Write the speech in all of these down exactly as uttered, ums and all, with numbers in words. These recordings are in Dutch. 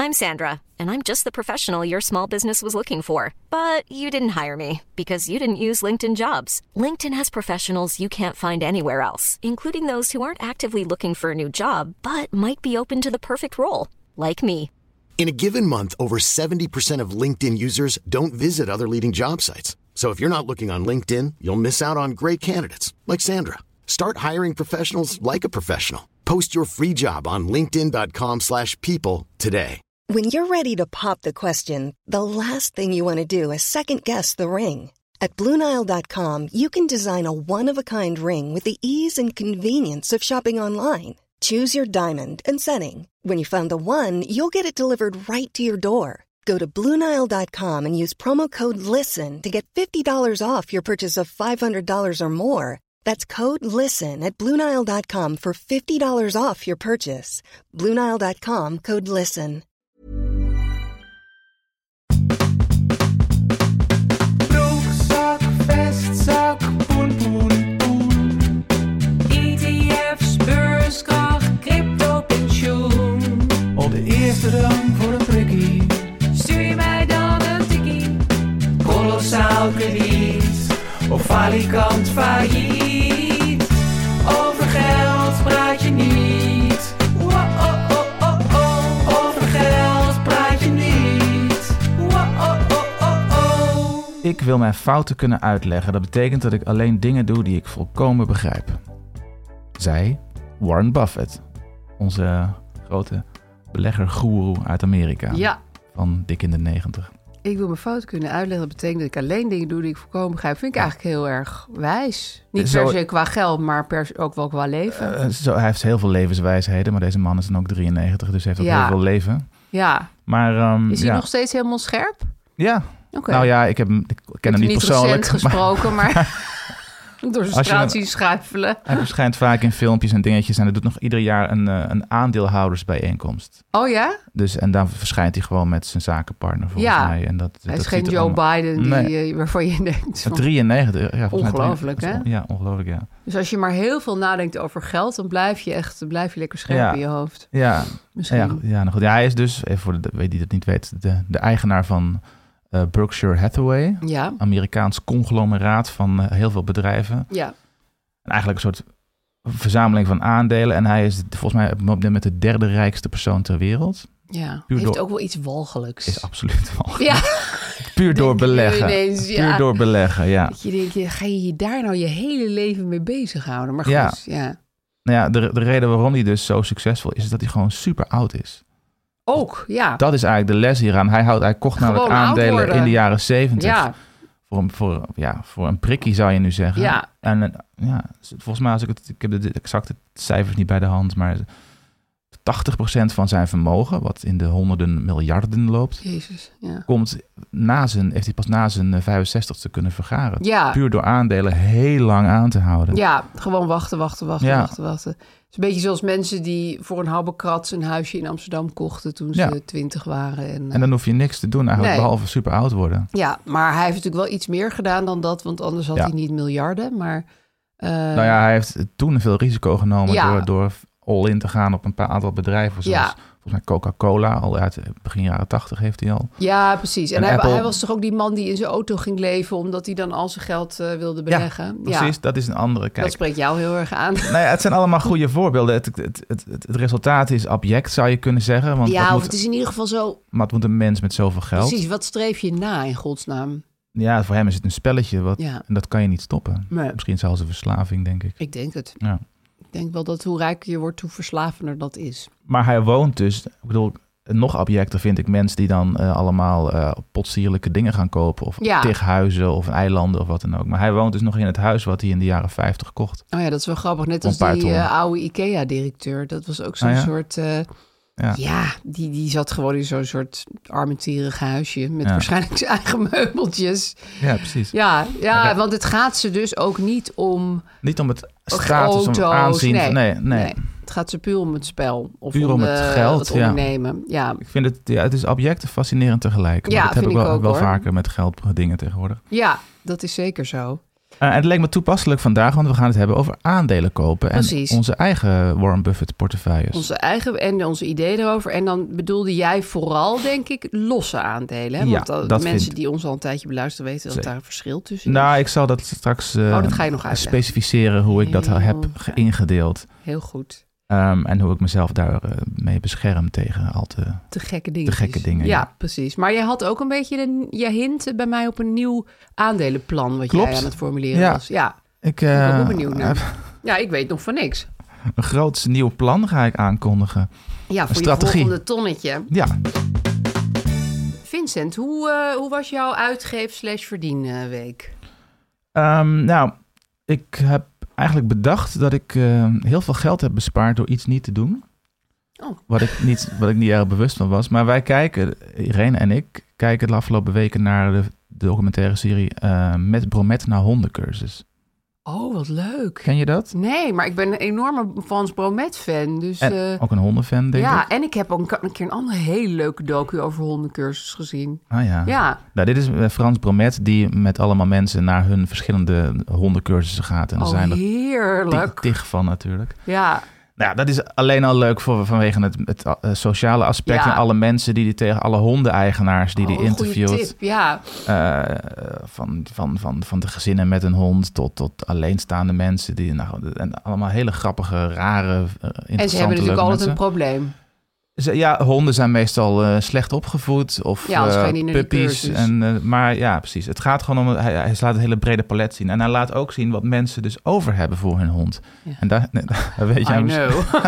I'm Sandra, and I'm just the professional your small business was looking for. But you didn't hire me because you didn't use LinkedIn Jobs. LinkedIn has professionals you can't find anywhere else, including those who aren't actively looking for a new job, but might be open to the perfect role, like me. In a given month, over seventy percent of LinkedIn users don't visit other leading job sites. So if you're not looking on LinkedIn, you'll miss out on great candidates like Sandra. Start hiring professionals like a professional. Post your free job on linkedin.com slash people today. When you're ready to pop the question, the last thing you want to do is second-guess the ring. At Blue Nile dot com, you can design a one-of-a-kind ring with the ease and convenience of shopping online. Choose your diamond and setting. When you find the one, you'll get it delivered right to your door. Go to Blue Nile dot com and use promo code LISTEN to get fifty dollars off your purchase of five hundred dollars or more. That's code LISTEN at Blue Nile dot com for fifty dollars off your purchase. Blue Nile dot com, code LISTEN. Broekzak, vestzak, poen, poen, poen. E T F's, beurskracht, crypto, pensioen. Op de eerste rang voor een prikkie. Stuur je mij dan een tikkie. Kolossaal krediet. Of falikant failliet. Over geld praat je niet. Wow-oh-oh-oh-oh. Over geld praat je niet. Wow-oh-oh-oh-oh. Ik wil mijn fouten kunnen uitleggen. Dat betekent dat ik alleen dingen doe die ik volkomen begrijp. Zij, Warren Buffett. Onze grote beleggergoeroe uit Amerika. Ja. Van dik in de negentig. Ik wil mijn fout kunnen uitleggen. Dat betekent dat ik alleen dingen doe die ik volkomen begrijp. Vind ik eigenlijk heel erg wijs. Niet Zo, per se qua geld, maar per, ook wel qua leven. Uh, zo, hij heeft heel veel levenswijsheden. Maar deze man is dan ook drieënnegentig. Dus hij heeft ook Ja. heel veel leven. Ja. Maar, um, Is hij ja. nog steeds helemaal scherp? Ja. Oké. Nou ja, ik, heb hem, ik ken hem niet, niet persoonlijk. recent gesproken, maar... maar door zijn Als je straat hem- zien schuifelen. Hij verschijnt vaak in filmpjes en dingetjes. En hij doet nog ieder jaar een, uh, een aandeelhoudersbijeenkomst. Oh ja? Dus, en dan verschijnt hij gewoon met zijn zakenpartner volgens Ja. mij. En dat, Hij dat is geen ziet er Joe allemaal- Biden die, Nee. eh, waarvan je denkt... van- drieënnegentig. Ja, volgens mij Ongelooflijk, drie- hè? Ja, ongelooflijk, ja. Dus als je maar heel veel nadenkt over geld... dan blijf je echt blijf je lekker scherp Ja. in je hoofd. Ja, Misschien. ja, ja, nou goed. Ja, hij is dus, even voor de weet die dat niet weet, de, de eigenaar van uh, Berkshire Hathaway. Ja. Amerikaans conglomeraat van uh, heel veel bedrijven. Ja. En eigenlijk een soort verzameling van aandelen. En hij is volgens mij op dit moment de derde rijkste persoon ter wereld. Ja. Puur Heeft door- ook wel iets walgelijks. Is absoluut wel. Ja. Puur door Denk je nu beleggen. ineens, ja. Puur door beleggen, ja. Dat je denkt, ga je je daar nou je hele leven mee bezighouden? Maar goed, Ja. ja. Nou ja, de, de reden waarom hij dus zo succesvol is, is dat hij gewoon super oud is. Ook, ja. Dat is eigenlijk de les hieraan. Hij, houdt, hij kocht namelijk Gewoon oud aandelen worden. in de jaren zeventig. Ja. Voor een, voor, ja, voor een prikkie zou je nu zeggen. Ja. En eh, ja, volgens mij, als ik het, ik heb de exacte cijfers niet bij de hand, maar tachtig procent van zijn vermogen, wat in de honderden miljarden loopt, Jezus, ja. komt na zijn, heeft hij pas na zijn vijfenzestigste kunnen vergaren. Ja. Puur door aandelen heel lang aan te houden. Ja, gewoon wachten, wachten, wachten, Ja. wachten, wachten. Het is een beetje zoals mensen die voor een habbekrats een huisje in Amsterdam kochten toen ze Ja. twintig waren. En, En dan hoef je niks te doen eigenlijk, Nee. behalve super oud worden. Ja, maar hij heeft natuurlijk wel iets meer gedaan dan dat, want anders had Ja. hij niet miljarden. Maar uh, Nou ja, hij heeft toen veel risico genomen Ja. door, door all-in te gaan op een paar aantal bedrijven. Zoals Ja. volgens mij Coca-Cola, al uit begin jaren tachtig heeft hij al. ja, precies. En, En hij, Apple- hij was toch ook die man die in zijn auto ging leven, omdat hij dan al zijn geld uh, wilde beleggen. Precies, dat is een andere kijk. Dat spreekt jou heel erg aan. Nou ja, het zijn allemaal goede voorbeelden. Het, het, het, het, het resultaat is abject, zou je kunnen zeggen. Want Ja, wat of moet, het is in ieder geval zo... maar het moet een mens met zoveel geld. Precies, wat streef je na in godsnaam? Ja, voor hem is het een spelletje. Wat, Ja. En dat kan je niet stoppen. Nee. Misschien zelfs een verslaving, denk ik. Ik denk het. Ja. Ik denk wel dat hoe rijker je wordt, hoe verslavender dat is. Maar hij woont dus... Ik bedoel, nog abjecter vind ik mensen die dan uh, allemaal uh, potsierlijke dingen gaan kopen. Of Ja. tig huizen of eilanden of wat dan ook. Maar hij woont dus nog in het huis wat hij in de jaren vijftig kocht. Oh ja, dat is wel grappig. Net als Een paar die ton. uh, oude IKEA-directeur. Dat was ook zo'n Ah, ja? soort... Uh, ja, Ja. die, die zat gewoon in zo'n soort armetierig huisje... met Ja. waarschijnlijk zijn eigen meubeltjes. Ja, precies. Ja, ja, Ja. want het gaat ze dus ook niet om... Niet om het Of status, om auto's, aanzien. nee. Nee, nee. Het gaat ze puur om het spel. Of Puur om het eh, geld, het ja. ondernemen. Ja. Ik vind het, ja, het is abject en fascinerend tegelijk. Maar Ja, dat heb vind ik ik wel, ook, wel hoor. vaker met geld dingen tegenwoordig. ja, dat is zeker zo. Uh, en het leek me toepasselijk vandaag, want we gaan het hebben over aandelen kopen. Precies. En onze eigen Warren Buffett portefeuilles. Onze eigen en onze ideeën erover. En dan bedoelde jij vooral, denk ik, losse aandelen. Hè? Ja, Want uh, dat mensen vind... die ons al een tijdje beluisteren weten dat Zeker. daar een verschil tussen is. Nou, ik zal dat straks uh, oh, dat ga je nog uitleggen. specificeren hoe ik dat Heel heb fijn. ingedeeld. Heel goed. Um, en hoe ik mezelf daarmee uh, bescherm tegen al te... Te gekke dingen. Te gekke dingen, ja. ja. Precies. Maar jij had ook een beetje de, je hint bij mij op een nieuw aandelenplan wat Klopt. jij aan het formuleren Ja. was. Ja, Ik ik ben uh, ook wel benieuwd naar. heb Ja, ik weet nog van niks. een groot nieuw plan ga ik aankondigen. Ja, voor strategie. je volgende tonnetje. Ja, Vincent, hoe, uh, hoe was jouw uitgeef slash verdienweek? um, nou, ik heb eigenlijk bedacht dat ik uh, heel veel geld heb bespaard door iets niet te doen. Oh. Wat ik niet, wat ik niet erg bewust van was. Maar wij kijken, Irene en ik, kijken de afgelopen weken naar de, de documentaire serie uh, Met Bromet naar hondencursus. Oh, wat leuk. Ken je dat? Nee, maar ik ben een enorme Frans Bromet-fan. Dus, En uh, ook een hondenfan, denk ja, ik. en ik heb ook een, een keer een andere hele leuke docu over hondencursus gezien. Ah ja. Ja, Nou, dit is uh, Frans Bromet die met allemaal mensen naar hun verschillende hondencursussen gaat. En er oh, zijn er heerlijk. tig, tig van natuurlijk. Ja, Nou, ja, dat is alleen al leuk voor, vanwege het, het uh, sociale aspect. Ja. En alle mensen die die tegen alle hondeneigenaars die oh, die een goede interviewt. tip, ja. Uh, van, van, van, van de gezinnen met een hond tot, tot alleenstaande mensen. Die, nou, en allemaal hele grappige, rare, uh, interessante, En ze hebben natuurlijk altijd mensen. een probleem. Ze, ja, honden zijn meestal uh, slecht opgevoed of Ja, als uh, ga je niet naar die puppies. cursus. En, uh, maar ja, precies. Het gaat gewoon om... Hij, hij laat het hele brede palet zien. En hij laat ook zien wat mensen dus over hebben voor hun hond. Ja. En daar, nee, daar weet jij I misschien-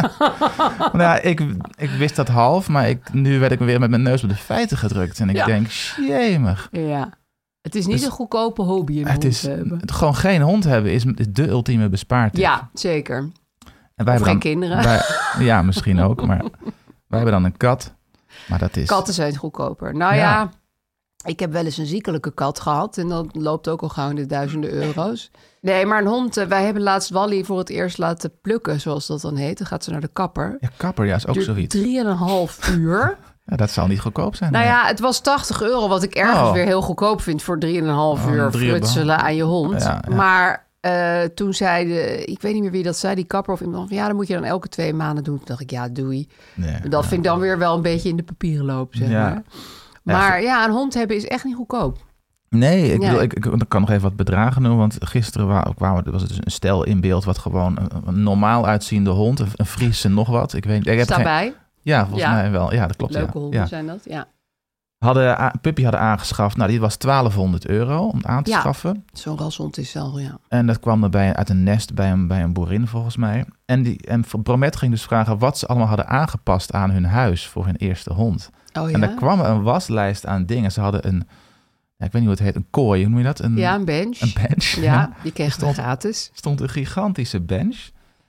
know. nou, ik, ik wist dat half, maar ik, nu werd ik weer met mijn neus op de feiten gedrukt. En ik Ja. denk, jemig. Ja. Het is niet Dus een goedkope hobby een Het hond is, te hebben. het, gewoon geen hond hebben is de ultieme bespaartip. Ja, zeker. En wij Of hebben geen dan- kinderen. wij- ja, misschien ook, maar wij hebben dan een kat. Maar dat is... Katten zijn goedkoper. Nou ja. Ja. ik heb wel eens een ziekelijke kat gehad. En dat loopt ook al gauw in de duizenden euro's. Nee, maar een hond... eh, wij hebben laatst Wally voor het eerst laten plukken, zoals dat dan heet. Dan gaat ze naar de kapper. Ja, kapper, ja, is ook Duurt zoiets. drieënhalf uur. Ja, dat zal niet goedkoop zijn. Nou nee. ja, het was tachtig euro, wat ik ergens Oh. weer heel goedkoop vind voor drieënhalf Oh, uur drie- frutselen aan je hond. Ja, ja. Maar uh, toen zei de, ik weet niet meer wie dat zei, die kapper of iemand van ja, dan moet je dan elke twee maanden doen. Toen dacht ik, ja, doei. Nee, Dat ja. vind ik dan weer wel een beetje in de papieren lopen, zeg Ja. maar. Maar ja, een hond hebben is echt niet goedkoop. Nee, ik, Ja. bedoel, ik, ik, ik kan nog even wat bedragen noemen. Want gisteren wa- kwamen, er was dus een stel in beeld wat gewoon een, een normaal uitziende hond, een, een Friese nog wat. Ik weet, ik heb Sta geen, bij. Ja, volgens Ja. mij wel. Ja, dat klopt. Leuke ja. honden Ja. zijn dat, ja. Hadden, a- Puppy hadden aangeschaft. Nou, die was twaalfhonderd euro om aan te Ja. schaffen. Zo'n rashond is zelf, ja. En dat kwam er bij, uit een nest bij een, bij een boerin, volgens mij. En, die, en Bromet ging dus vragen wat ze allemaal hadden aangepast aan hun huis voor hun eerste hond. Oh ja? En daar kwam er een waslijst aan dingen. Ze hadden een, ja, ik weet niet hoe het heet, een kooi, hoe noem je dat? Een, Ja, een bench. een bench. Ja, die kreeg je Stond- gratis. stond een gigantische bench.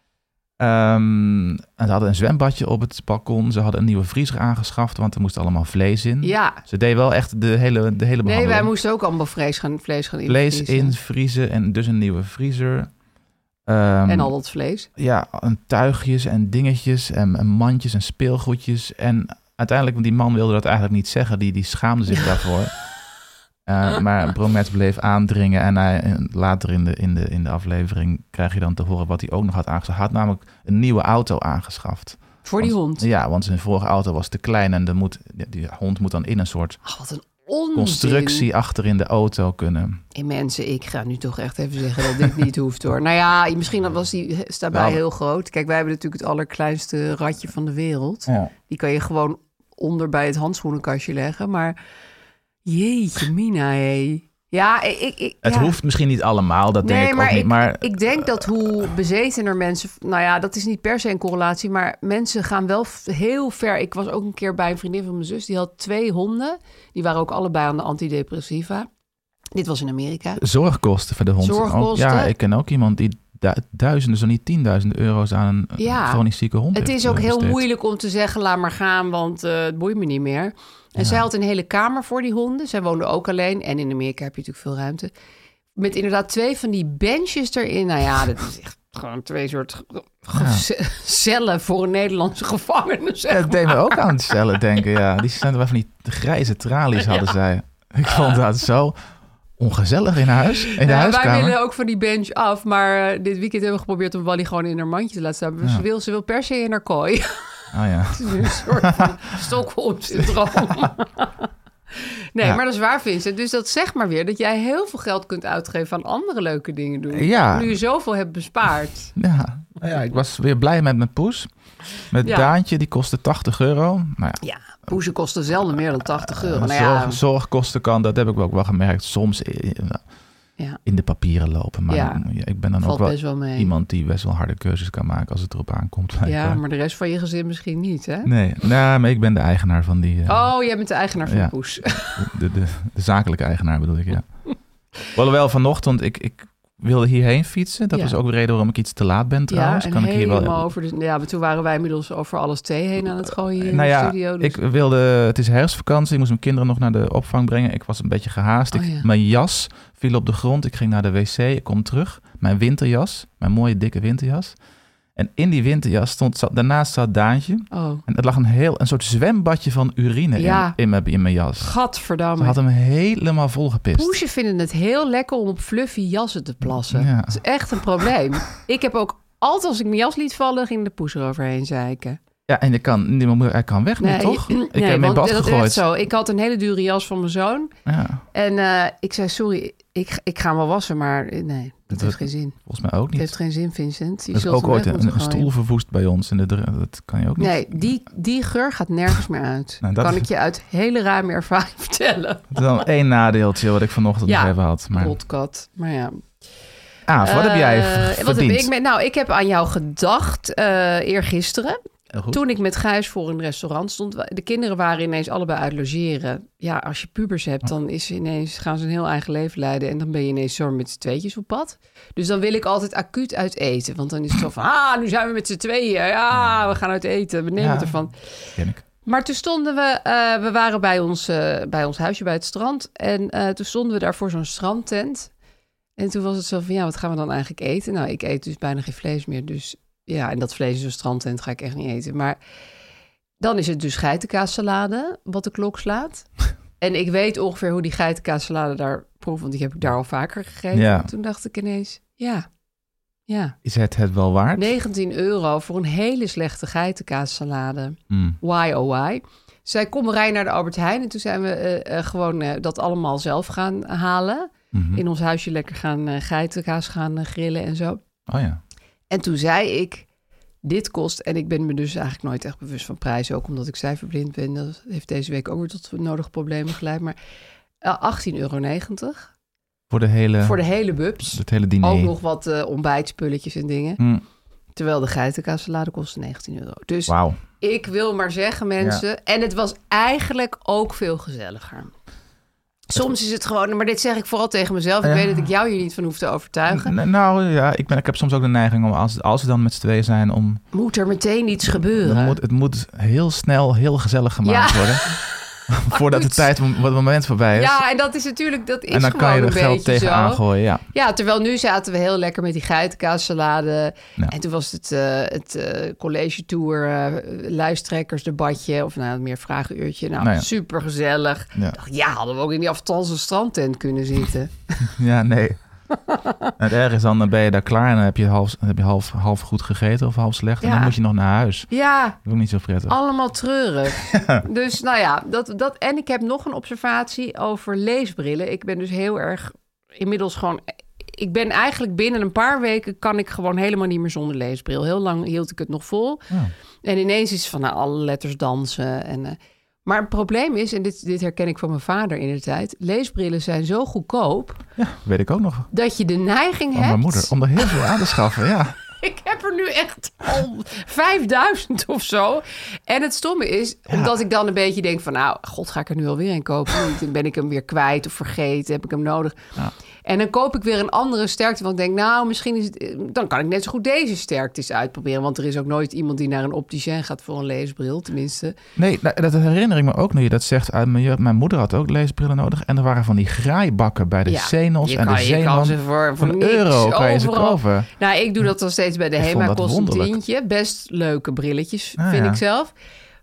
Um, en ze hadden een zwembadje op het balkon. Ze hadden een nieuwe vriezer aangeschaft, want er moest allemaal vlees in. Ja. Ze deed wel echt de hele, de hele Nee, behandeling. wij moesten ook allemaal vlees gaan, vlees gaan Vlees invriezen. invriezen en dus een nieuwe vriezer. Um, En al dat vlees. Ja, en tuigjes en dingetjes en, en mandjes en speelgoedjes. En uiteindelijk, want die man wilde dat eigenlijk niet zeggen. Die, die schaamde zich daarvoor. Uh, maar Bromet bleef aandringen en hij, en later in de, in, de, in de aflevering krijg je dan te horen wat hij ook nog had aangeschaft. Hij had namelijk een nieuwe auto aangeschaft. Voor die Want- hond. Ja, want zijn vorige auto was te klein en de moet, die, die hond moet dan in een soort Ach, wat een onzin. constructie achter in de auto kunnen. Hey, mensen, ik ga nu toch echt even zeggen dat dit niet hoeft hoor. Nou ja, misschien was die daarbij Nou. heel groot. Kijk, wij hebben natuurlijk het allerkleinste ratje van de wereld. Ja. Die kan je gewoon onder bij het handschoenenkastje leggen. Maar jeetje mina, hé. Ja, ik... ik Het ja. hoeft misschien niet allemaal, dat denk Nee, ik maar ook niet. ik, Maar ik denk dat hoe bezetener mensen... Nou ja, dat is niet per se een correlatie, maar mensen gaan wel f- heel ver. Ik was ook een keer bij een vriendin van mijn zus, die had twee honden. Die waren ook allebei aan de antidepressiva. Dit was in Amerika. zorgkosten voor de hond. Zorgkosten. Ook, ja, ik ken ook iemand die du- duizenden, zo niet tienduizenden euro's aan een Ja. chronisch zieke hond Het heeft, is ook eh, heel besteed. moeilijk om te zeggen, laat maar gaan, want uh, het boeit me niet meer. En Ja. zij had een hele kamer voor die honden. Zij woonde ook alleen. En in Amerika heb je natuurlijk veel ruimte. Met inderdaad twee van die benches erin. Nou ja, dat is echt gewoon twee soort ge- Ja. cellen voor een Nederlandse gevangene. Zeg Ja, dat deed me ook aan het cellen denken. Ja, die zijn er wel van die grijze tralies hadden zij. Ik vond dat zo ongezellig in huis, in de Ja, huiskamer. wij willen ook van die bench af. Maar uh, dit weekend hebben we geprobeerd om Wally gewoon in haar mandje te laten staan. Maar Ja. Ze, wil, ze wil per se in haar kooi. Oh ja. Het is nu een soort van Stockholm-syndroom. Nee, Ja. maar dat is waar, Vincent. Dus dat zegt maar weer dat jij heel veel geld kunt uitgeven aan andere leuke dingen doen. Ja. Nu je zoveel hebt bespaard. Ja. Nou ja, ik was weer blij met mijn poes. Met Ja. Daantje, die kostte tachtig euro. Nou ja, Ja, poezen kosten zelden meer dan tachtig euro. Nou zorg, ja, zorgkosten kan, dat heb ik ook wel gemerkt. Soms in, ja, in de papieren lopen. Maar Ja. dan- ja, ik ben dan valt ook wel best wel mee. iemand die best wel harde keuzes kan maken als het erop aankomt. Ja, blijkbaar. maar de rest van je gezin misschien niet, hè? Nee, nou, maar ik ben de eigenaar van die... eh, Oh, jij bent de eigenaar van Ja. Poes. de, de, de zakelijke eigenaar bedoel ik, ja. Wel vanochtend, ik, ik wilde hierheen fietsen. Dat Ja. was ook de reden waarom ik iets te laat ben trouwens. Ja, en kan ik hier helemaal wel... over de... Ja, maar toen waren wij inmiddels over alles thee heen aan het gooien hier Nou in de ja, studio. Dus... ik wilde... Het is herfstvakantie, ik moest mijn kinderen nog naar de opvang brengen. Ik was een beetje gehaast. Ik, Oh ja. Mijn jas viel op de grond. Ik ging naar de wc, ik kom terug. Mijn winterjas, mijn mooie dikke winterjas. En in die winterjas stond... Zat, daarnaast zat Daantje. Oh, En het lag een heel... Een soort zwembadje van urine Ja. in, in, mijn, in mijn jas. Ze gadverdamme. had hem helemaal volgepist. Poesjes vinden het heel lekker om op fluffy jassen te plassen. Ja. Dat is echt een probleem. Ik heb ook altijd als ik mijn jas liet vallen, ging de poes eroverheen zeiken. Ja, en je kan, die moet- hij kan weg nu, toch? Ik nee, heb hem in want bad dat is gegooid. echt zo. Ik had een hele dure jas van mijn zoon. Ja, En eh, ik zei, sorry, ik, ik ga hem wel wassen, maar eh, nee, dat Dat- heeft geen zin. volgens mij ook Het niet. heeft geen zin, Vincent. Je Er is zult ook hem ooit weg een, moeten een gooien. stoel verwoest bij ons. In de, dr- dat kan je ook niet. Nee, die, die geur gaat nergens meer uit. Nou, dat kan is- ik je uit hele ruime ervaring vertellen. Dat is dan één nadeeltje wat ik vanochtend Ja, nog even had. Maar... Rotkat. Maar ja. Ah, wat heb jij Eh, v- wat heb verdiend? ik met, nou, ik heb aan jou gedacht eh eergisteren. Heel goed. Toen ik met Gijs voor een restaurant stond. De kinderen waren ineens allebei uit logeren. Ja, als je pubers hebt, dan is ineens, gaan ze een heel eigen leven leiden. En dan ben je ineens zo met z'n tweetjes op pad. Dus dan wil ik altijd acuut uit eten. Want dan is het zo van, ah, nu zijn we met z'n tweeën. Ja, we gaan uit eten. We nemen Ja. het ervan. Ken ik. Maar toen stonden we, eh, we waren bij ons, eh, bij ons huisje bij het strand. En eh, toen stonden we daar voor zo'n strandtent. En toen was het zo van, ja, wat gaan we dan eigenlijk eten? Nou, ik eet dus bijna geen vlees meer. Dus ja, en dat vlees in zo'n strandtent ga ik echt niet eten. Maar dan is het dus geitenkaassalade, wat de klok slaat. En ik weet ongeveer hoe die geitenkaassalade daar proeft, want die heb ik daar al vaker gegeten. Ja. Toen dacht ik ineens, ja, ja. Is het het wel waard? negentien euro voor een hele slechte geitenkaassalade. Hmm. Why oh why? Zij komen rijden naar de Albert Heijn en toen zijn we eh, eh, gewoon eh, dat allemaal zelf gaan halen. Mhm. In ons huisje lekker gaan uh, geitenkaas gaan uh, grillen en zo. Oh ja. En toen zei ik, dit kost... En ik ben me dus eigenlijk nooit echt bewust van prijzen. Ook omdat ik cijferblind ben. Dat heeft deze week ook weer tot nodige problemen geleid. Maar uh, achttien euro negentig Voor de hele, voor de hele bubs. het hele diner. Ook nog wat uh, ontbijtspulletjes en dingen. Hmm. Terwijl de geitenkaassalade kostte negentien euro. Dus Wauw. ik wil maar zeggen, mensen... Ja. En het was eigenlijk ook veel gezelliger. Soms is het gewoon... Maar dit zeg ik vooral tegen mezelf. Ik Ja. weet dat ik jou hier niet van hoef te overtuigen. N- Nou ja, ik, ben, ik heb soms ook de neiging om, als, als we dan met z'n tweeën zijn, om... Moet er meteen iets gebeuren. Dan moet, het moet heel snel, heel gezellig gemaakt Ja. worden. Voordat de Goed. tijd, wat het moment voorbij is. Ja, en dat is natuurlijk, dat is en dan gewoon kan je er een geld beetje tegen zo. aangooien, ja. Ja, terwijl nu zaten we heel lekker met die geitenkaassalade. Ja. En toen was het, uh, het uh, college tour, uh, lijsttrekkersdebatje, of nou, meer vragenuurtje. Nou, Nou ja. super gezellig. Ja. Ik dacht, ja, hadden we ook in die aftalse strandtent kunnen zitten. Ja, nee. Het erg is dan, dan ben je daar klaar en dan heb je half, dan heb je half, half goed gegeten of half slecht. En Ja. dan moet je nog naar huis. Ja, Dat is ook niet zo prettig. allemaal treurig. Dus nou ja, dat, dat, en ik heb nog een observatie over leesbrillen. Ik ben dus heel erg inmiddels gewoon... Ik ben eigenlijk binnen een paar weken kan ik gewoon helemaal niet meer zonder leesbril. Heel lang hield ik het nog vol. Ja. En ineens is het van nou, alle letters dansen. En, uh, maar het probleem is, en dit, dit herken ik van mijn vader in de tijd... leesbrillen zijn zo goedkoop Ja, weet ik ook nog. dat je de neiging Van hebt... mijn moeder, om er heel veel aan te schaffen, ja. Ik heb er nu echt al vijfduizend of zo. En het stomme is, omdat ik dan een beetje denk van... nou, god, ga ik er nu alweer een kopen? Dan ben ik hem weer kwijt of vergeten, heb ik hem nodig. Ja. En dan koop ik weer een andere sterkte. Want ik denk, nou, misschien is het... dan kan ik net zo goed deze sterkte eens uitproberen. Want er is ook nooit iemand die naar een opticien gaat voor een leesbril, tenminste. Nee, nou, dat herinner ik me ook nu je dat zegt. Uit mijn, jeugd. Mijn moeder had ook leesbrillen nodig. En er waren van die graaibakken bij de Ja, Zenos je en kan- de je kan Zeeman. ze voor- voor Van een niks euro kan je ze overal. kopen. Nou, ik doe dat nog steeds bij de Ik vond HEMA, dat kost een wonderlijk. tientje. Best leuke brilletjes, Ah, vind ja. ik zelf.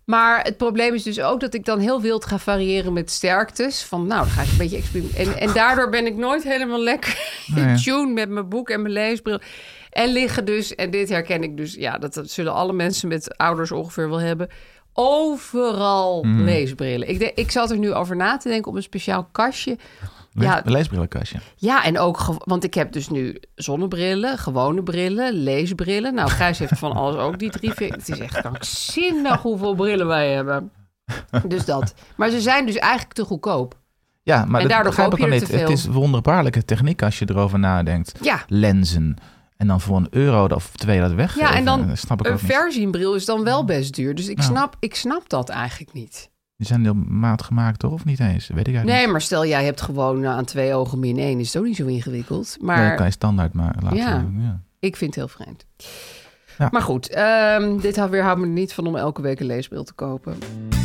Maar het probleem is dus ook dat ik dan heel wild ga variëren met sterktes. Van nou, dan ga ik een beetje experimenteren. En, en daardoor ben ik nooit helemaal lekker in Nee. tune met mijn boek en mijn leesbril. En liggen dus, en dit herken ik dus... ja, dat, dat zullen alle mensen met ouders ongeveer wel hebben... overal Mm. leesbrillen. Ik, de, ik zat er nu over na te denken om een speciaal kastje... Lees, Ja. Leesbrillenkastje. Ja, en ook, ge- want ik heb dus nu zonnebrillen, gewone brillen, leesbrillen. Nou, Gijs heeft van alles ook die drie. vind- Het is echt krankzinnig hoeveel brillen wij hebben. Dus dat. Maar ze zijn dus eigenlijk te goedkoop. Ja, maar En dat daardoor begrijp koop ik je wel er niet. te veel. Het is wonderbaarlijke techniek als je erover nadenkt. Ja, Lenzen. En dan voor een euro of twee dat weggeven. ja en dan Dat snap ik een ook niet. versienbril is dan wel best duur. Dus ik, Nou. snap, ik snap dat eigenlijk niet. Die zijn heel maat gemaakt, toch? Of niet eens? Weet ik eigenlijk Nee, niet. maar stel jij hebt gewoon eh, aan twee ogen min één. Is het ook niet zo ingewikkeld. Maar Nee, dat kan je standaard maar laten Ja. doen, ja. ik vind het heel vreemd. Ja. Maar goed, ehm, dit houdt- weerhoudt me er niet van om elke week een leesbril te kopen.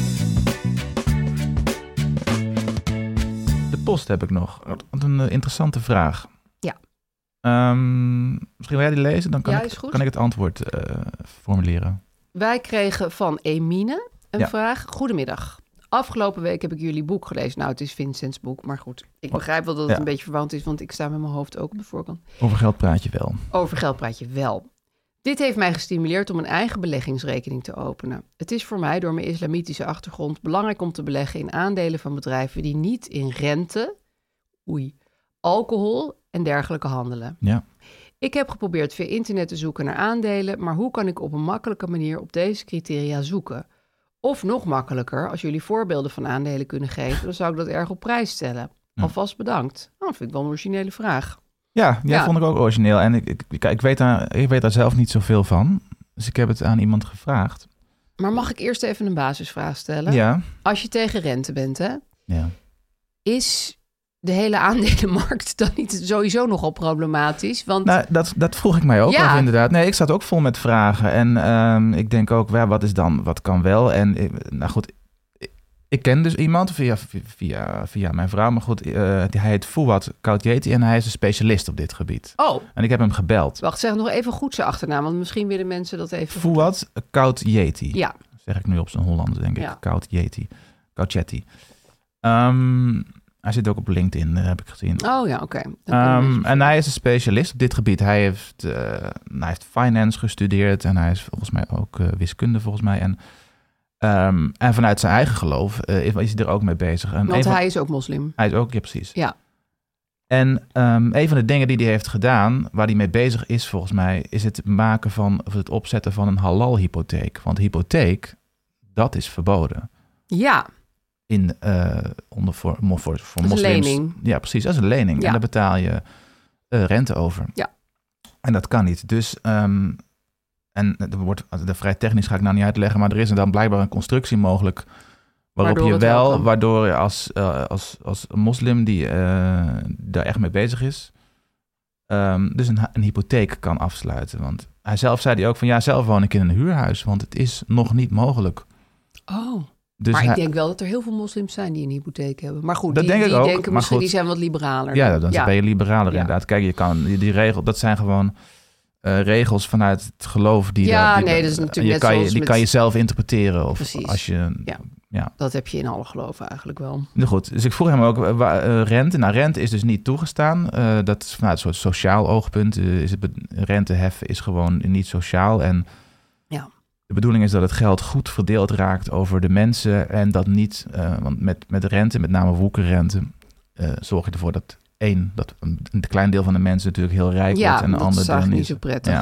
De post heb ik nog. Wat een eh, interessante vraag. Ja. Ehm, misschien wil jij die lezen? Dan kan, Ja, ik, is goed. kan ik het antwoord eh, formuleren. Wij kregen van Emine een Ja. vraag. Goedemiddag. Afgelopen week heb ik jullie boek gelezen. Nou, het is Vincents boek, maar goed. Ik begrijp wel dat het Ja. een beetje verwant is, want ik sta met mijn hoofd ook op de voorkant. Over geld praat je wel. Over geld praat je wel. Dit heeft mij gestimuleerd om een eigen beleggingsrekening te openen. Het is voor mij door mijn islamitische achtergrond belangrijk om te beleggen in aandelen van bedrijven die niet in rente, oei, alcohol en dergelijke handelen. Ja. Ik heb geprobeerd via internet te zoeken naar aandelen, maar hoe kan ik op een makkelijke manier op deze criteria zoeken? Of nog makkelijker, als jullie voorbeelden van aandelen kunnen geven, dan zou ik dat erg op prijs stellen. Hm. Alvast bedankt. Nou, vind ik wel een originele vraag. Ja, die Ja. vond ik ook origineel. En ik, ik, ik, ik, weet daar, ik weet daar zelf niet zoveel van. Dus ik heb het aan iemand gevraagd. Maar mag ik eerst even een basisvraag stellen? Ja. Als je tegen rente bent, hè, Ja. is de hele aandelenmarkt dan niet sowieso nogal problematisch? Want Nou, dat, dat vroeg ik mij ook Ja. af inderdaad. Nee, ik zat ook vol met vragen. En ehm, ik denk ook, ja, wat is dan, wat kan wel? En eh, nou goed, ik, ik ken dus iemand via, via, via mijn vrouw. Maar goed, eh, die- hij heet Fouad Koutyeti en hij is een specialist op dit gebied. oh, En ik heb hem gebeld. wacht, zeg nog even goed zijn achternaam, want misschien willen mensen dat even. Fouad Koutyeti. Ja, Zeg ik nu op zijn Hollands, denk ik. Ja. Koutyeti. Koutyeti. Ehm hij zit ook op LinkedIn, eh, heb ik gezien. oh ja, oké. Dan kunnen Ehm, mensen- en hij is een specialist op dit gebied. Hij heeft, eh, hij heeft finance gestudeerd en hij is volgens mij ook eh, wiskunde volgens mij. En, ehm, en vanuit zijn eigen geloof eh, is, is hij er ook mee bezig. En een Want van- hij is ook moslim. hij is ook, ja precies. Ja. En ehm, een van de dingen die hij heeft gedaan, waar hij mee bezig is volgens mij, is het maken van, of het opzetten van een halal-hypotheek. Want hypotheek, dat is verboden. Ja, In, eh, onder voor, voor, voor Dat is een moslims. lening. Ja, precies. Dat is een lening. Ja. En daar betaal je eh, rente over. Ja. En dat kan niet. Dus, ehm, en er wordt, de vrij technisch ga ik nou niet uitleggen, maar er is dan blijkbaar een constructie mogelijk waarop Waardoor je het wel wel, kan. waardoor je als, eh, als, als moslim die eh, daar echt mee bezig is, ehm, dus een, een hypotheek kan afsluiten. Want hij zelf zei hij ook van ja, zelf woon ik in een huurhuis, want het is nog niet mogelijk. oh. Dus maar hij- ik denk wel dat er heel veel moslims zijn die een hypotheek hebben. Maar goed, Dat die, denk ik die ook, denken maar misschien, goed. die zijn wat liberaler. Ja, dan ja. ben je liberaler Ja. inderdaad. Kijk, je kan die, die regel, dat zijn gewoon eh, regels vanuit het geloof die Ja, daar- die nee, daar- dat is natuurlijk je net kan je, zoals die met- kan je zelf interpreteren of Precies. als je Ja. ja. Dat heb je in alle geloven eigenlijk wel. Nou goed, dus ik vroeg hem ook eh, waar, eh, rente. Nou, rente is dus niet toegestaan. Eh, dat is vanuit een soort sociaal oogpunt. Eh, is het be- rente heffen is gewoon niet sociaal. En Ja. de bedoeling is dat het geld goed verdeeld raakt over de mensen en dat niet, eh, want met, met rente, met name woekerrente, eh zorg je ervoor dat één, dat een, een klein deel van de mensen natuurlijk heel rijk Ja, wordt en een dat ander is deel eigenlijk niet. niet zo prettig. Ja.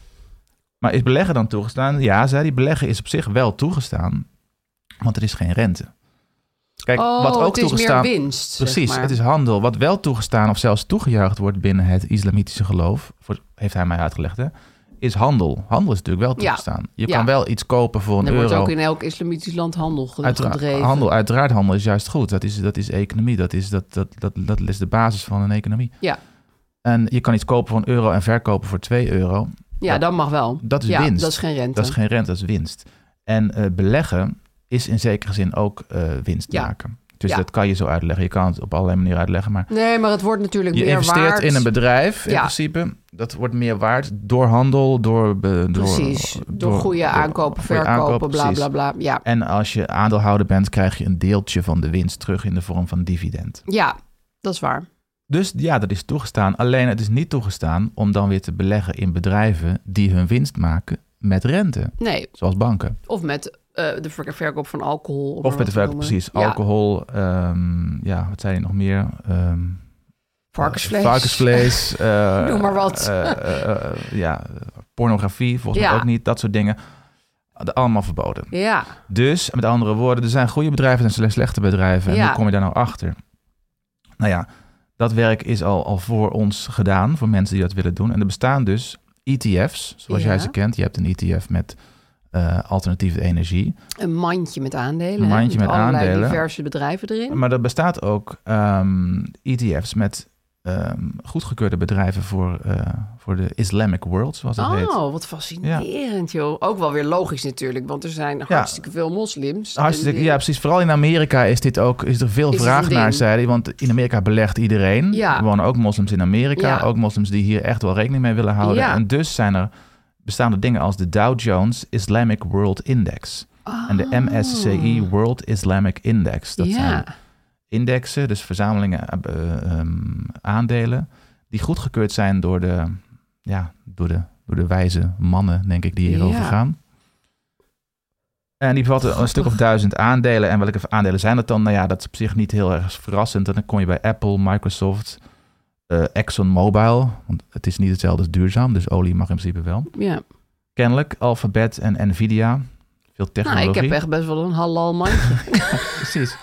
Maar is beleggen dan toegestaan? Ja, zei die beleggen is op zich wel toegestaan, want er is geen rente. Kijk, oh, wat ook het is toegestaan. meer winst, zeg Precies, maar. het is handel. Wat wel toegestaan of zelfs toegejuicht wordt binnen het islamitische geloof, voor, heeft hij mij uitgelegd, hè, is handel. Handel is natuurlijk wel Ja. toegestaan. Je Ja. kan wel iets kopen voor een Er wordt euro. ook in elk islamitisch land handel ge- Uiteraard, gedreven. handel, uiteraard, handel is juist goed. Dat is, dat is economie. Dat is, dat, dat, dat, dat is de basis van een economie. Ja. En je kan iets kopen voor een euro en verkopen voor twee euro. Ja, dat mag wel. Dat is ja, winst. dat is geen rente. Dat is geen rente, dat is winst. En eh, beleggen is in zekere zin ook eh, winst Ja. maken. Dus Ja. dat kan je zo uitleggen. Je kan het op allerlei manieren uitleggen. Maar Nee, maar het wordt natuurlijk je meer investeert waard. in een bedrijf in Ja. principe. Dat wordt meer waard door handel, door... be- door Precies, door, door goede aankopen, goede verkopen, aankopen, bla precies. bla bla. Ja. En als je aandeelhouder bent, krijg je een deeltje van de winst terug in de vorm van dividend. ja, dat is waar. Dus ja, dat is toegestaan. Alleen het is niet toegestaan om dan weer te beleggen in bedrijven die hun winst maken met rente. Nee, Zoals banken. of met uh, de ver- verkoop van alcohol. Of met de verkoop, precies. Ja. Alcohol, um, ja, wat zei je nog meer? Um, Varkensvlees. Uh, varkensvlees. Uh, Noem maar wat. Uh, uh, uh, ja, pornografie, volgens Ja. mij ook niet. Dat soort dingen. Allemaal verboden. Ja, Dus, met andere woorden, er zijn goede bedrijven en slechte bedrijven. En Ja. hoe kom je daar nou achter? Nou ja, dat werk is al, al voor ons gedaan, voor mensen die dat willen doen. En er bestaan dus E T F's, zoals Ja. jij ze kent. Je hebt een E T F met uh, alternatieve energie. een mandje met aandelen. Een hè, mandje met allerlei aandelen. diverse bedrijven erin. Maar er bestaat ook um, E T F's met um, goedgekeurde bedrijven voor, uh, voor de Islamic world, zoals dat heet. Oh, wat fascinerend, joh. Ook wel weer logisch natuurlijk, want er zijn hartstikke veel moslims. Hartstikke, En- ja, precies. Vooral in Amerika is dit ook, is er veel Is het vraag een naar, ding? zei hij. Want in Amerika belegt iedereen. Ja. Er wonen ook moslims in Amerika. Ja. Ook moslims die hier echt wel rekening mee willen houden. Ja. En dus zijn er bestaan er dingen als de Dow Jones Islamic World Index. Oh. En de M S C I World Islamic Index. Dat ja. zijn indexen, dus verzamelingen uh, um, aandelen, die goedgekeurd zijn door de, ja, door de, door de wijze mannen, denk ik, die hierover Ja. gaan. En die bevatten een stuk of duizend aandelen. En welke aandelen zijn dat dan? Nou ja, dat is op zich niet heel erg verrassend. En dan kom je bij Apple, Microsoft, uh, ExxonMobil. Want het is niet hetzelfde als duurzaam, dus olie mag in principe wel. Ja. Kennelijk, Alphabet en Nvidia. Veel technologie. Nou, ik heb echt best wel een halal mandje. Precies.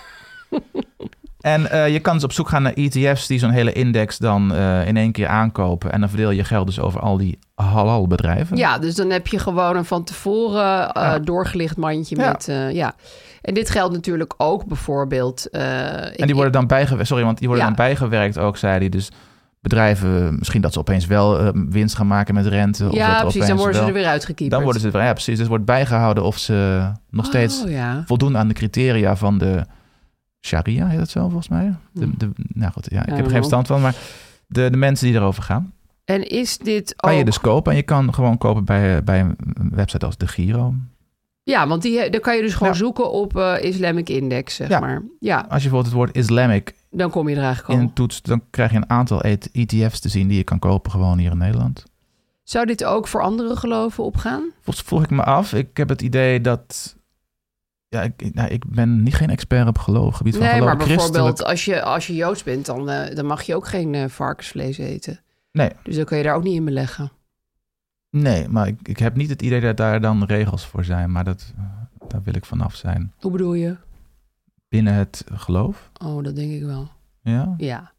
En uh, je kan dus op zoek gaan naar E T F's die zo'n hele index dan uh, in één keer aankopen. En dan verdeel je geld dus over al die halal bedrijven. Ja, dus dan heb je gewoon een van tevoren uh, Ja. doorgelicht mandje Ja. met... Uh, ja. En dit geldt natuurlijk ook bijvoorbeeld... Uh, En die worden dan bijgewerkt, sorry, want die worden Ja. dan bijgewerkt ook, zei hij. Dus bedrijven, misschien dat ze opeens wel uh, winst gaan maken met rente. Of Ja, dat precies, opeens dan worden wel, ze er weer uitgekieperd. Dan worden ze er, ja, precies. Dus wordt bijgehouden of ze nog steeds Oh, ja. voldoen aan de criteria van de Sharia, heet dat zo volgens mij? De, Hm. de, nou goed, ja, ik Ja, heb er geen wel. verstand van, maar de, de mensen die erover gaan. En is dit Kan ook... je dus kopen en je kan gewoon kopen bij, bij een website als de Giro. Ja, want die, dan kan je dus gewoon Ja. zoeken op uh, Islamic Index, zeg Ja. maar. Ja, Als je bijvoorbeeld het woord Islamic dan kom je er eigenlijk al. in toetst, dan krijg je een aantal E T F's te zien die je kan kopen gewoon hier in Nederland. Zou dit ook voor andere geloven opgaan? Volgens vroeg ik me af. Ik heb het idee dat... Ja, ik, nou, ik ben niet geen expert op geloof, gebied van Nee, geloof. maar bijvoorbeeld Christelijk- als je, als je Joods bent, dan, uh, dan mag je ook geen uh, varkensvlees eten. Nee, Dus dan kun je daar ook niet in beleggen. nee, maar ik, ik heb niet het idee dat daar dan regels voor zijn. Maar dat, uh, daar wil ik vanaf zijn. Hoe bedoel je? Binnen het geloof, Oh, dat denk ik wel. ja? Ja.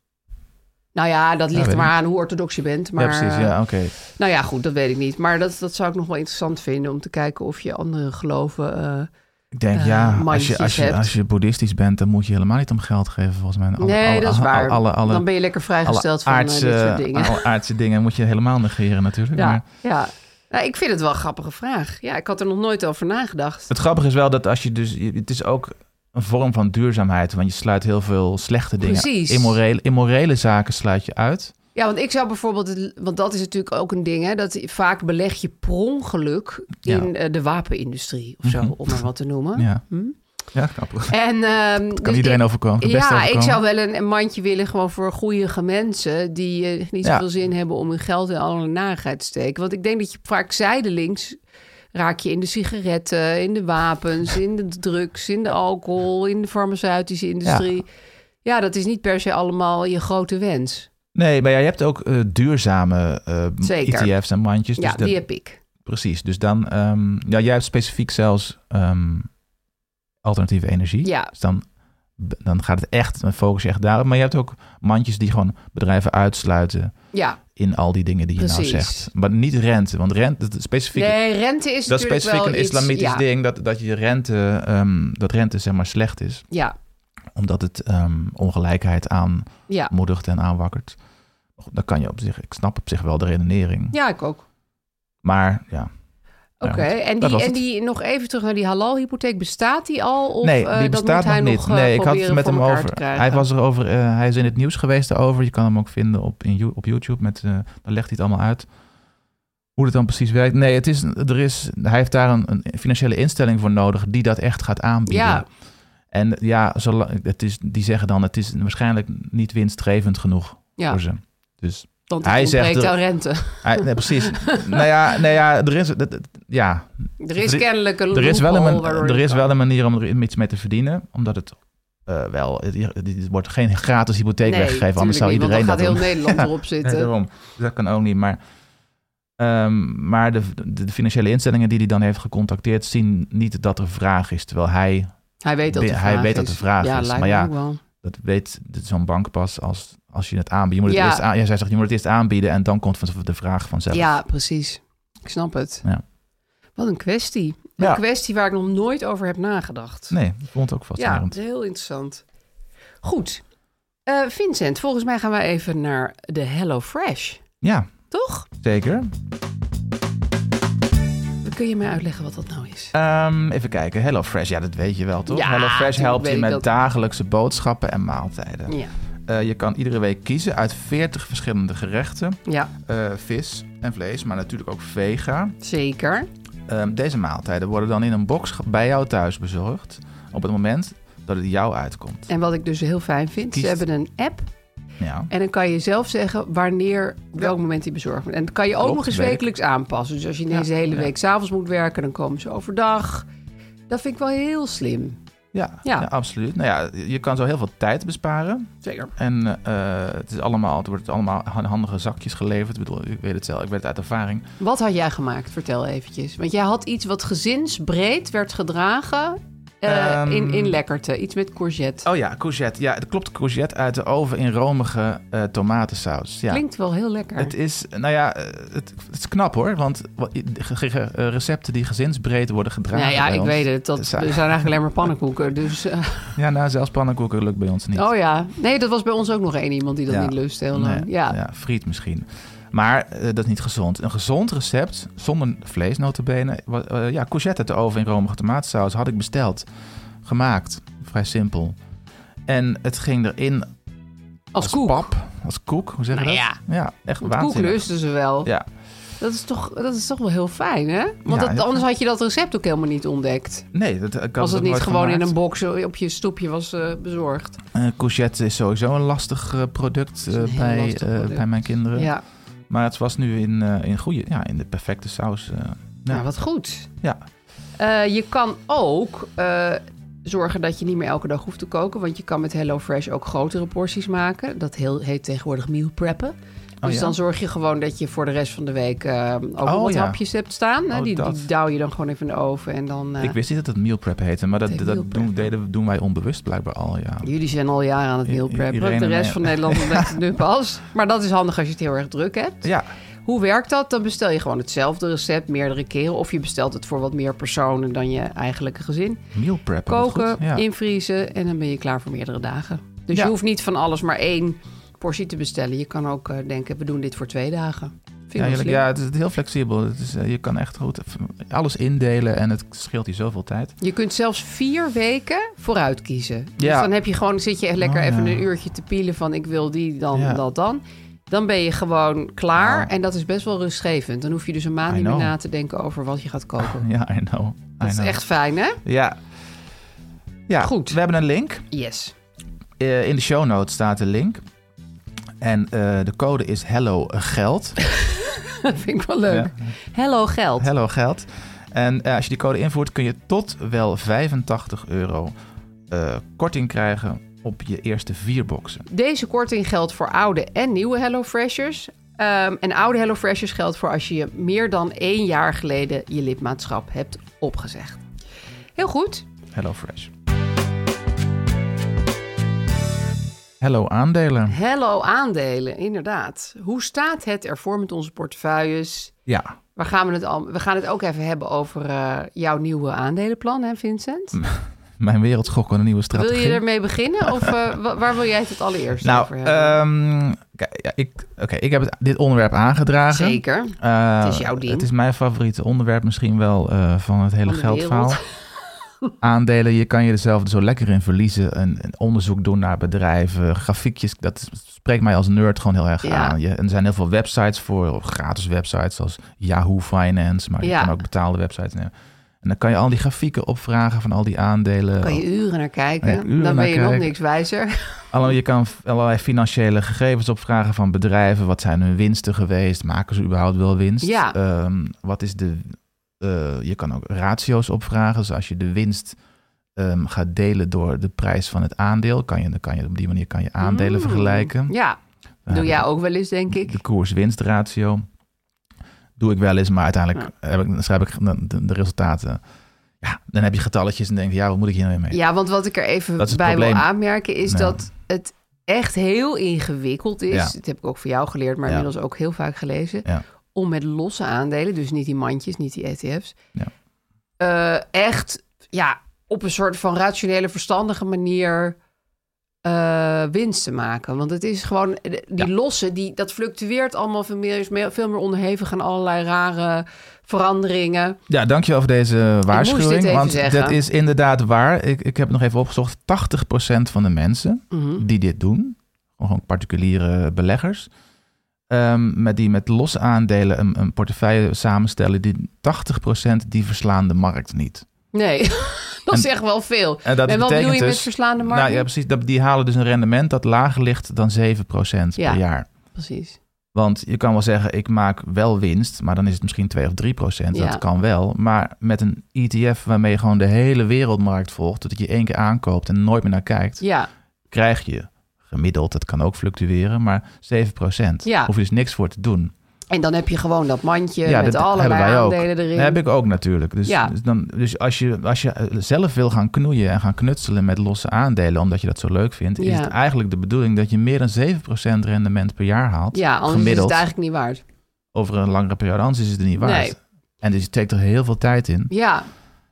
Nou ja, dat ligt weet er maar ik. aan hoe orthodox je bent. Maar, ja, precies, uh, ja, oké. Nou ja, goed, dat weet ik niet. Maar dat, dat zou ik nog wel interessant vinden om te kijken of je andere geloven... Uh, Ik denk, uh, ja, als je, mandjes als, je, hebt. als je boeddhistisch bent, dan moet je helemaal niet om geld geven, volgens mij. Alle, nee, alle- dat is alle- waar. Alle, alle, dan ben je lekker vrijgesteld van alle uh, aardse, dit soort dingen. alle aardse dingen moet je helemaal negeren natuurlijk. Ja, Maar ja. Nou, ik vind het wel een grappige vraag. Ja, ik had er nog nooit over nagedacht. het grappige is wel dat als je dus... Het is ook een vorm van duurzaamheid, want je sluit heel veel slechte dingen. Precies. Immorele, immorele zaken sluit je uit. Ja, want ik zou bijvoorbeeld... Want dat is natuurlijk ook een ding, hè. Dat vaak beleg je per ongeluk in uh, de wapenindustrie of zo, Mhm. om maar wat te noemen. Ja, Hm? ja grappig. En, um, Kan dus iedereen ik- overkomen. kan best Ja, ik overkomen. zou wel een, een mandje willen gewoon voor goede mensen... die uh, niet Ja. zoveel zin hebben om hun geld in allerlei narigheid te steken. Want ik denk dat je vaak zijdelings... raak je in de sigaretten, in de wapens, in de drugs... in de alcohol, in de farmaceutische industrie. Ja, ja dat is niet per se allemaal je grote wens. Nee, maar ja, je hebt ook uh, duurzame uh, Zeker. E T F's en mandjes. Ja, dus dat- die heb ik. Precies, dus dan... Um, ja, jij hebt specifiek zelfs um, alternatieve energie. Ja. Dus dan, dan gaat het echt, dan focus je echt daarop. Maar je hebt ook mandjes die gewoon bedrijven uitsluiten... Ja, in al die dingen die je Precies. nou zegt. Maar niet rente, want rente, dat is specifiek... nee, rente is dat is natuurlijk specifiek wel een iets- islamitisch ja, ding, dat, dat je rente, um, dat rente zeg maar slecht is. Ja, Omdat het um, ongelijkheid ja. aanmoedigt en aanwakkert. Dan kan je op zich, ik snap op zich wel de redenering. Ja, ik ook. Maar ja, Oké, Ja, en, dat die, was en het. die nog even terug naar die halal-hypotheek. Bestaat die al? Of, Nee, uh, die dat bestaat moet hij nog niet. uh, nee, ik had het proberen met voor hem elkaar over. te krijgen? Hij was erover. Uh, hij is in het nieuws geweest over. Je kan hem ook vinden op, in, op YouTube. Met, uh, daar legt hij het allemaal uit. Hoe het dan precies werkt. Nee, het is, er is, hij heeft daar een, een financiële instelling voor nodig die dat echt gaat aanbieden. Ja. En ja, zolang, het is, die zeggen dan het is waarschijnlijk niet winstgevend genoeg Ja. voor ze. Dus Want hij hij zegt zegt er- aan rente. hij, nee, precies. nou ja, nee, ja, er is, dat- dat- ja, Er is Er- kennelijk een er is wel een, loophole man- waardoor er je is kan. wel een manier om er iets mee te verdienen, omdat het uh, wel, het, het wordt geen gratis hypotheek Nee, weggegeven, anders zou tuurlijk niet, iedereen want dat dan doen. gaat heel Nederland erop zitten. Nee, daarom. Dus dat kan ook niet. Maar, um, maar de, de, de financiële instellingen die hij dan heeft gecontacteerd zien niet dat er vraag is, terwijl hij, Hij weet dat de hij vraag weet dat is. er vraag ja, is. lijkt Maar me ja, ook wel. dat weet zo'n bank pas als, als je het aanbiedt. Je moet het Ja. eerst aan, ja, zij zegt, je moet het eerst aanbieden en dan komt de vraag vanzelf. Ja, precies. Ik snap het. Ja. Wat een kwestie. Een Ja. kwestie waar ik nog nooit over heb nagedacht. Nee, ik vond het ook Ja, fascinerend. heel interessant. Goed. Uh, Vincent, volgens mij gaan wij even naar de HelloFresh. Ja, Toch? zeker. Kun je mij uitleggen wat dat nou is? Um, even kijken. HelloFresh, ja, dat weet je wel, toch? Ja, HelloFresh tuurlijk helpt weet je ik met dat. dagelijkse boodschappen en maaltijden. Ja. Uh, je kan iedere week kiezen uit veertig verschillende gerechten. Ja, Uh, vis en vlees, maar natuurlijk ook vega. zeker. Um, deze maaltijden worden dan in een box bij jou thuis bezorgd. Op het moment dat het jou uitkomt. En wat ik dus heel fijn vind, Kiest. ze hebben een app. Ja. En dan kan je zelf zeggen wanneer, op welk moment die bezorgd wordt. En dat kan je ook Klopt, nog eens weet ik. wekelijks aanpassen. Dus als je ineens Ja, de hele ja. week 's avonds moet werken, dan komen ze overdag. Dat vind ik wel heel slim. Ja, Ja. ja, absoluut. Nou ja, je kan zo heel veel tijd besparen. Zeker. En uh, het, is allemaal, het wordt allemaal handige zakjes geleverd. Ik bedoel, ik weet het zelf, ik weet het uit ervaring. Wat had jij gemaakt? Vertel eventjes. Want jij had iets wat gezinsbreed werd gedragen uh, Um, in, in lekkerte. Iets met courgette. Oh ja, courgette. Ja, het klopt, courgette uit de oven in romige uh, tomatensaus. Ja. Klinkt wel heel lekker. Het is, nou ja, het, het is knap hoor. Want wat- ge- ge- uh, recepten die gezinsbreed worden gedragen Nou ja, bij ik ons. weet het. Dat, Het is er eigenlijk- zijn eigenlijk alleen maar pannenkoeken. Dus, uh, Ja, nou, zelfs pannenkoeken lukt bij ons niet. oh ja. Nee, dat was bij ons ook nog één iemand die dat Ja. niet lustte heel Nee, lang. Ja. ja, friet misschien. Maar uh, dat is niet gezond. Een gezond recept, zonder vlees notabene. wa- uh, ja, courgette uit de oven in romige tomatensaus had ik besteld. Gemaakt. Vrij simpel. En het ging erin Als koek. pap. Als koek, hoe zeg je Nou dat? ja. Ja, echt Want koek waanzinnig. lusten ze wel. Ja, Dat is, toch, dat is toch wel heel fijn, hè? Want Ja, dat, ja. anders had je dat recept ook helemaal niet ontdekt. nee. Dat, ik had Als het ook niet nooit gewoon in gemaakt. een box op je stoepje was uh, bezorgd. Uh, courgette is sowieso een lastig uh, product, is een uh, heel bij, lastig uh, product. bij mijn kinderen. Ja, Maar het was nu in, uh, in goede, ja, in de perfecte saus. Uh, ja. nou wat goed. Ja. Uh, je kan ook uh, zorgen dat je niet meer elke dag hoeft te koken. Want je kan met HelloFresh ook grotere porties maken. Dat heel, heet tegenwoordig meal preppen. Dus Oh, ja? dan zorg je gewoon dat je voor de rest van de week uh, ook Oh, nog wat ja. hapjes hebt staan. Hè? Oh, Die, dat. die douw je dan gewoon even in de oven. En dan, uh, Ik wist niet dat het meal prep heette, maar dat, Het heet dat meal doen, prep. deden, doen wij onbewust blijkbaar al, ja. Jullie zijn al jaren aan het I- meal I- preppen. Irene De rest mee. van Nederland ontdekt het nu pas. Maar dat is handig als je het heel erg druk hebt. Ja, Hoe werkt dat? Dan bestel je gewoon hetzelfde recept meerdere keren. Of je bestelt het voor wat meer personen dan je eigenlijke gezin. meal prep. wat Koken, goed. Ja. invriezen en dan ben je klaar voor meerdere dagen. Dus Ja. je hoeft niet van alles maar één portie te bestellen. Je kan ook uh, denken, we doen dit voor twee dagen. Vind Ja, ik wel heerlijk. slim. Ja, het is heel flexibel. Het is, uh, je kan echt goed alles indelen en het scheelt je zoveel tijd. Je kunt zelfs vier weken vooruit kiezen. Dus Ja. dan heb je gewoon, zit je echt lekker Oh, even ja. een uurtje te pielen van ik wil die, dan Ja. dat dan. Dan ben je gewoon klaar Oh. en dat is best wel rustgevend. Dan hoef je dus een maand I niet meer know. na te denken over wat je gaat koken. Ja, I know. I Dat is know. echt fijn, hè? Ja. Ja, Goed. we hebben een link. Yes. Uh, in de show notes staat de link. En uh, de code is Hello Geld. Dat vind ik wel leuk. Ja. Hello geld. Hello Geld. En uh, als je die code invoert, kun je tot wel vijfentachtig euro uh, korting krijgen op je eerste vier boxen. Deze korting geldt voor oude en nieuwe HelloFreshers. Um, en oude HelloFreshers geldt voor als je je meer dan één jaar geleden je lidmaatschap hebt opgezegd. Heel goed. Hello Fresh. Hello aandelen. Hello aandelen, inderdaad. Hoe staat het ervoor met onze portefeuilles? Ja, Waar gaan we, het al, we gaan het ook even hebben over uh, jouw nieuwe aandelenplan, hè Vincent? Mijn wereldschok en een nieuwe strategie. Wil je ermee beginnen of uh, wa- waar wil jij het het allereerst nou, over hebben? Um, kijk, ja, ik, okay, ik heb het, dit onderwerp aangedragen. Zeker, Uh, het is jouw ding. Het is mijn favoriete onderwerp misschien wel uh, van het hele Van de geldverhaal. wereld. Aandelen, je kan je er zelf zo lekker in verliezen. Een, een onderzoek doen naar bedrijven, grafiekjes. Dat spreekt mij als nerd gewoon heel erg Ja. aan. Je, er zijn heel veel websites voor, gratis websites zoals Yahoo Finance. Maar je Ja. kan ook betaalde websites nemen. En dan kan je al die grafieken opvragen van al die aandelen. Kan je uren naar kijken, Ja, uren dan naar ben je nog kijken. niks wijzer. Allerlei, je kan allerlei financiële gegevens opvragen van bedrijven. Wat zijn hun winsten geweest? Maken ze überhaupt wel winst? Ja. Um, wat is de... Uh, je kan ook ratio's opvragen. Dus als je de winst um, gaat delen door de prijs van het aandeel... kan je, dan kan je op die manier kan je aandelen Mm. vergelijken. Ja, We doe jij hebben ook wel eens, denk ik. De koers-winstratio doe ik wel eens, maar uiteindelijk heb ik, schrijf ik de, de, de resultaten... Ja, dan heb je getalletjes en denk je, ja, wat moet ik hier nou mee? Ja, want wat ik er even Dat is het bij wil probleem. aanmerken is Ja. dat het echt heel ingewikkeld is. Ja. Dat heb ik ook voor jou geleerd, maar Ja. inmiddels ook heel vaak gelezen. Ja. Om met losse aandelen, dus niet die mandjes, niet die E T F's, Ja. uh, echt ja, op een soort van rationele, verstandige manier uh, winst te maken. Want het is gewoon, die Ja. losse, die, dat fluctueert allemaal veel meer, is meer, veel meer onderhevig aan allerlei rare veranderingen. Ja, dankjewel voor deze waarschuwing. dit even Want zeggen. dat is inderdaad waar. Ik, ik heb het nog even opgezocht. tachtig procent van de mensen Mm-hmm. die dit doen, gewoon particuliere beleggers, um, met die met losse aandelen een, een portefeuille samenstellen, die tachtig procent die verslaan de markt niet. Nee, dat En- is echt wel veel. En, dat en wat bedoel je betekent met dus, verslaande markt? Nou ja, precies. Dat, die halen dus een rendement dat lager ligt dan zeven procent Ja. per jaar. Precies. Want je kan wel zeggen, ik maak wel winst, maar dan is het misschien twee of drie procent. Ja. Dat kan wel. Maar met een E T F waarmee je gewoon de hele wereldmarkt volgt, dat je één keer aankoopt en nooit meer naar kijkt, Ja, krijg je gemiddeld, dat kan ook fluctueren, maar zeven procent. Ja. Hoef je dus niks voor te doen. en dan heb je gewoon dat mandje Ja, met dat allerlei hebben wij ook. aandelen erin. Dat heb ik ook natuurlijk. Dus, Ja. dus, dan, dus als, je, als je zelf wil gaan knoeien en gaan knutselen met losse aandelen, omdat je dat zo leuk vindt, is Ja. het eigenlijk de bedoeling dat je meer dan zeven procent rendement per jaar haalt. Ja, anders gemiddeld. is het eigenlijk niet waard. Over een langere periode, anders is het er niet waard. Nee. En dus je steekt er heel veel tijd in. Ja,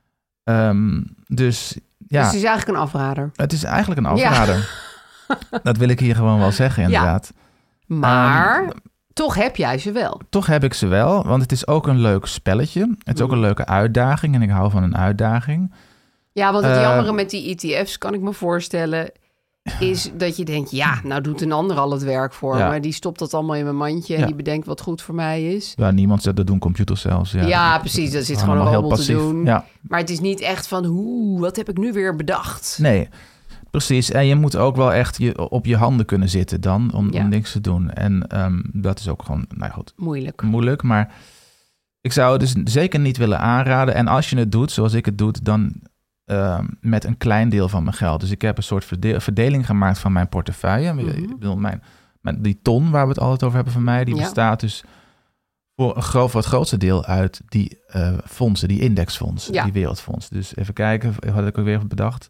Um, dus ja, dus het is eigenlijk een afrader. het is eigenlijk een afrader. Dat wil ik hier gewoon wel zeggen, inderdaad. Maar Ehm, toch heb jij ze wel. Toch heb ik ze wel, want het is ook een leuk spelletje. Het is ook een leuke uitdaging en ik hou van een uitdaging. Ja, want het Eh, jammere met die E T F's, kan ik me voorstellen, is dat je denkt, ja, nou doet een ander al het werk voor Ja. me. Die stopt dat allemaal in mijn mandje en Ja. die bedenkt wat goed voor mij is. Ja, niemand zegt dat doen computers zelfs. Ja, Ja, precies. Dat zit gewoon een allemaal rommel te doen. Ja, Maar het is niet echt van, hoe, wat heb ik nu weer bedacht? nee, precies. En je moet ook wel echt je, op je handen kunnen zitten dan, om, Ja. om niks te doen. En um, dat is ook gewoon, nou goed, Moeilijk. moeilijk. Maar ik zou het dus zeker niet willen aanraden. En als je het doet, zoals ik het doe, dan uh, met een klein deel van mijn geld. Dus ik heb een soort verde- verdeling gemaakt van mijn portefeuille. Mhm. Ik bedoel, mijn, mijn, die ton waar we het altijd over hebben van mij, die Ja. bestaat dus voor, een groot, voor het grootste deel uit die uh, fondsen, die indexfondsen, Ja. die wereldfondsen. Dus even kijken, wat had ik alweer bedacht?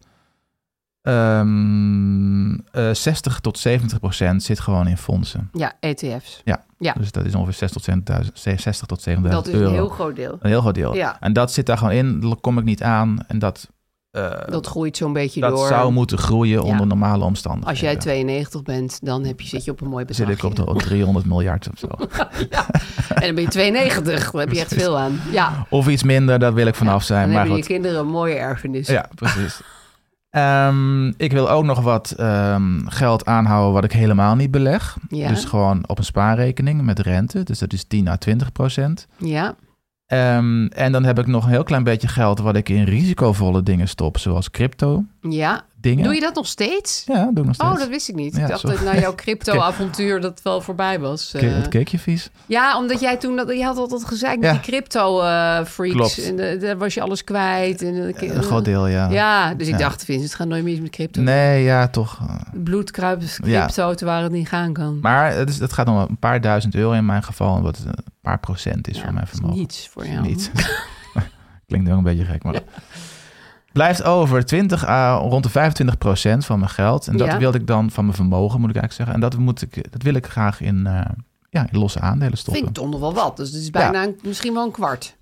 Um, uh, zestig tot zeventig procent zit gewoon in fondsen. Ja, E T F's. Ja, Ja. dus dat is ongeveer zestig tot zeventigduizend Dat euro. is een heel groot deel. Een heel groot deel. Ja. En dat zit daar gewoon in, daar kom ik niet aan. En dat, uh, Dat groeit zo'n beetje dat door. zou moeten groeien onder Ja. normale omstandigheden. Als jij tweeënnegentig bent, dan heb je, zit je op een mooi zit bedragje. ik op de driehonderd miljard of zo. Ja. En dan ben je tweeënnegentig, daar heb je echt veel aan. Ja. Of iets minder, daar wil ik vanaf zijn. Dan maar hebben goed. je kinderen een mooie erfenis. Ja, precies. Um, ik wil ook nog wat um, geld aanhouden wat ik helemaal niet beleg. Ja. Dus gewoon op een spaarrekening met rente. Dus dat is tien à twintig procent. Ja. Um, en dan heb ik nog een heel klein beetje geld wat ik in risicovolle dingen stop, zoals crypto Ja. dingen. Doe je dat nog steeds? Ja, doe ik nog steeds. Oh, dat wist ik niet. Ja, ik dacht sorry. dat na jouw crypto-avontuur dat wel voorbij was. Ke- Eh, Het keek je vies? ja, omdat jij toen... Dat, je had altijd gezeik met Ja. die crypto-freaks. Klopt. en de- daar was je alles kwijt. En, de- Een groot deel, ja. Ja, dus ik Ja. dacht, Vincent, het gaat nooit meer iets met crypto. Nee, ja, toch. uh, Bloedkruipers crypto, te waar het niet gaan kan. Maar het, is, het gaat om een paar duizend euro in mijn geval, wat een paar procent is Ja, van mijn dat is vermogen. niets voor jou. Niet. Klinkt ook een beetje gek, maar... Blijft over twintig à rond de vijfentwintig procent van mijn geld. En dat Ja. wilde ik dan van mijn vermogen, moet ik eigenlijk zeggen. En dat, moet ik, dat wil ik graag in, uh, ja, in losse aandelen stoppen. Vind ik toch nog wel wat. Dus het is bijna een- misschien wel een kwart.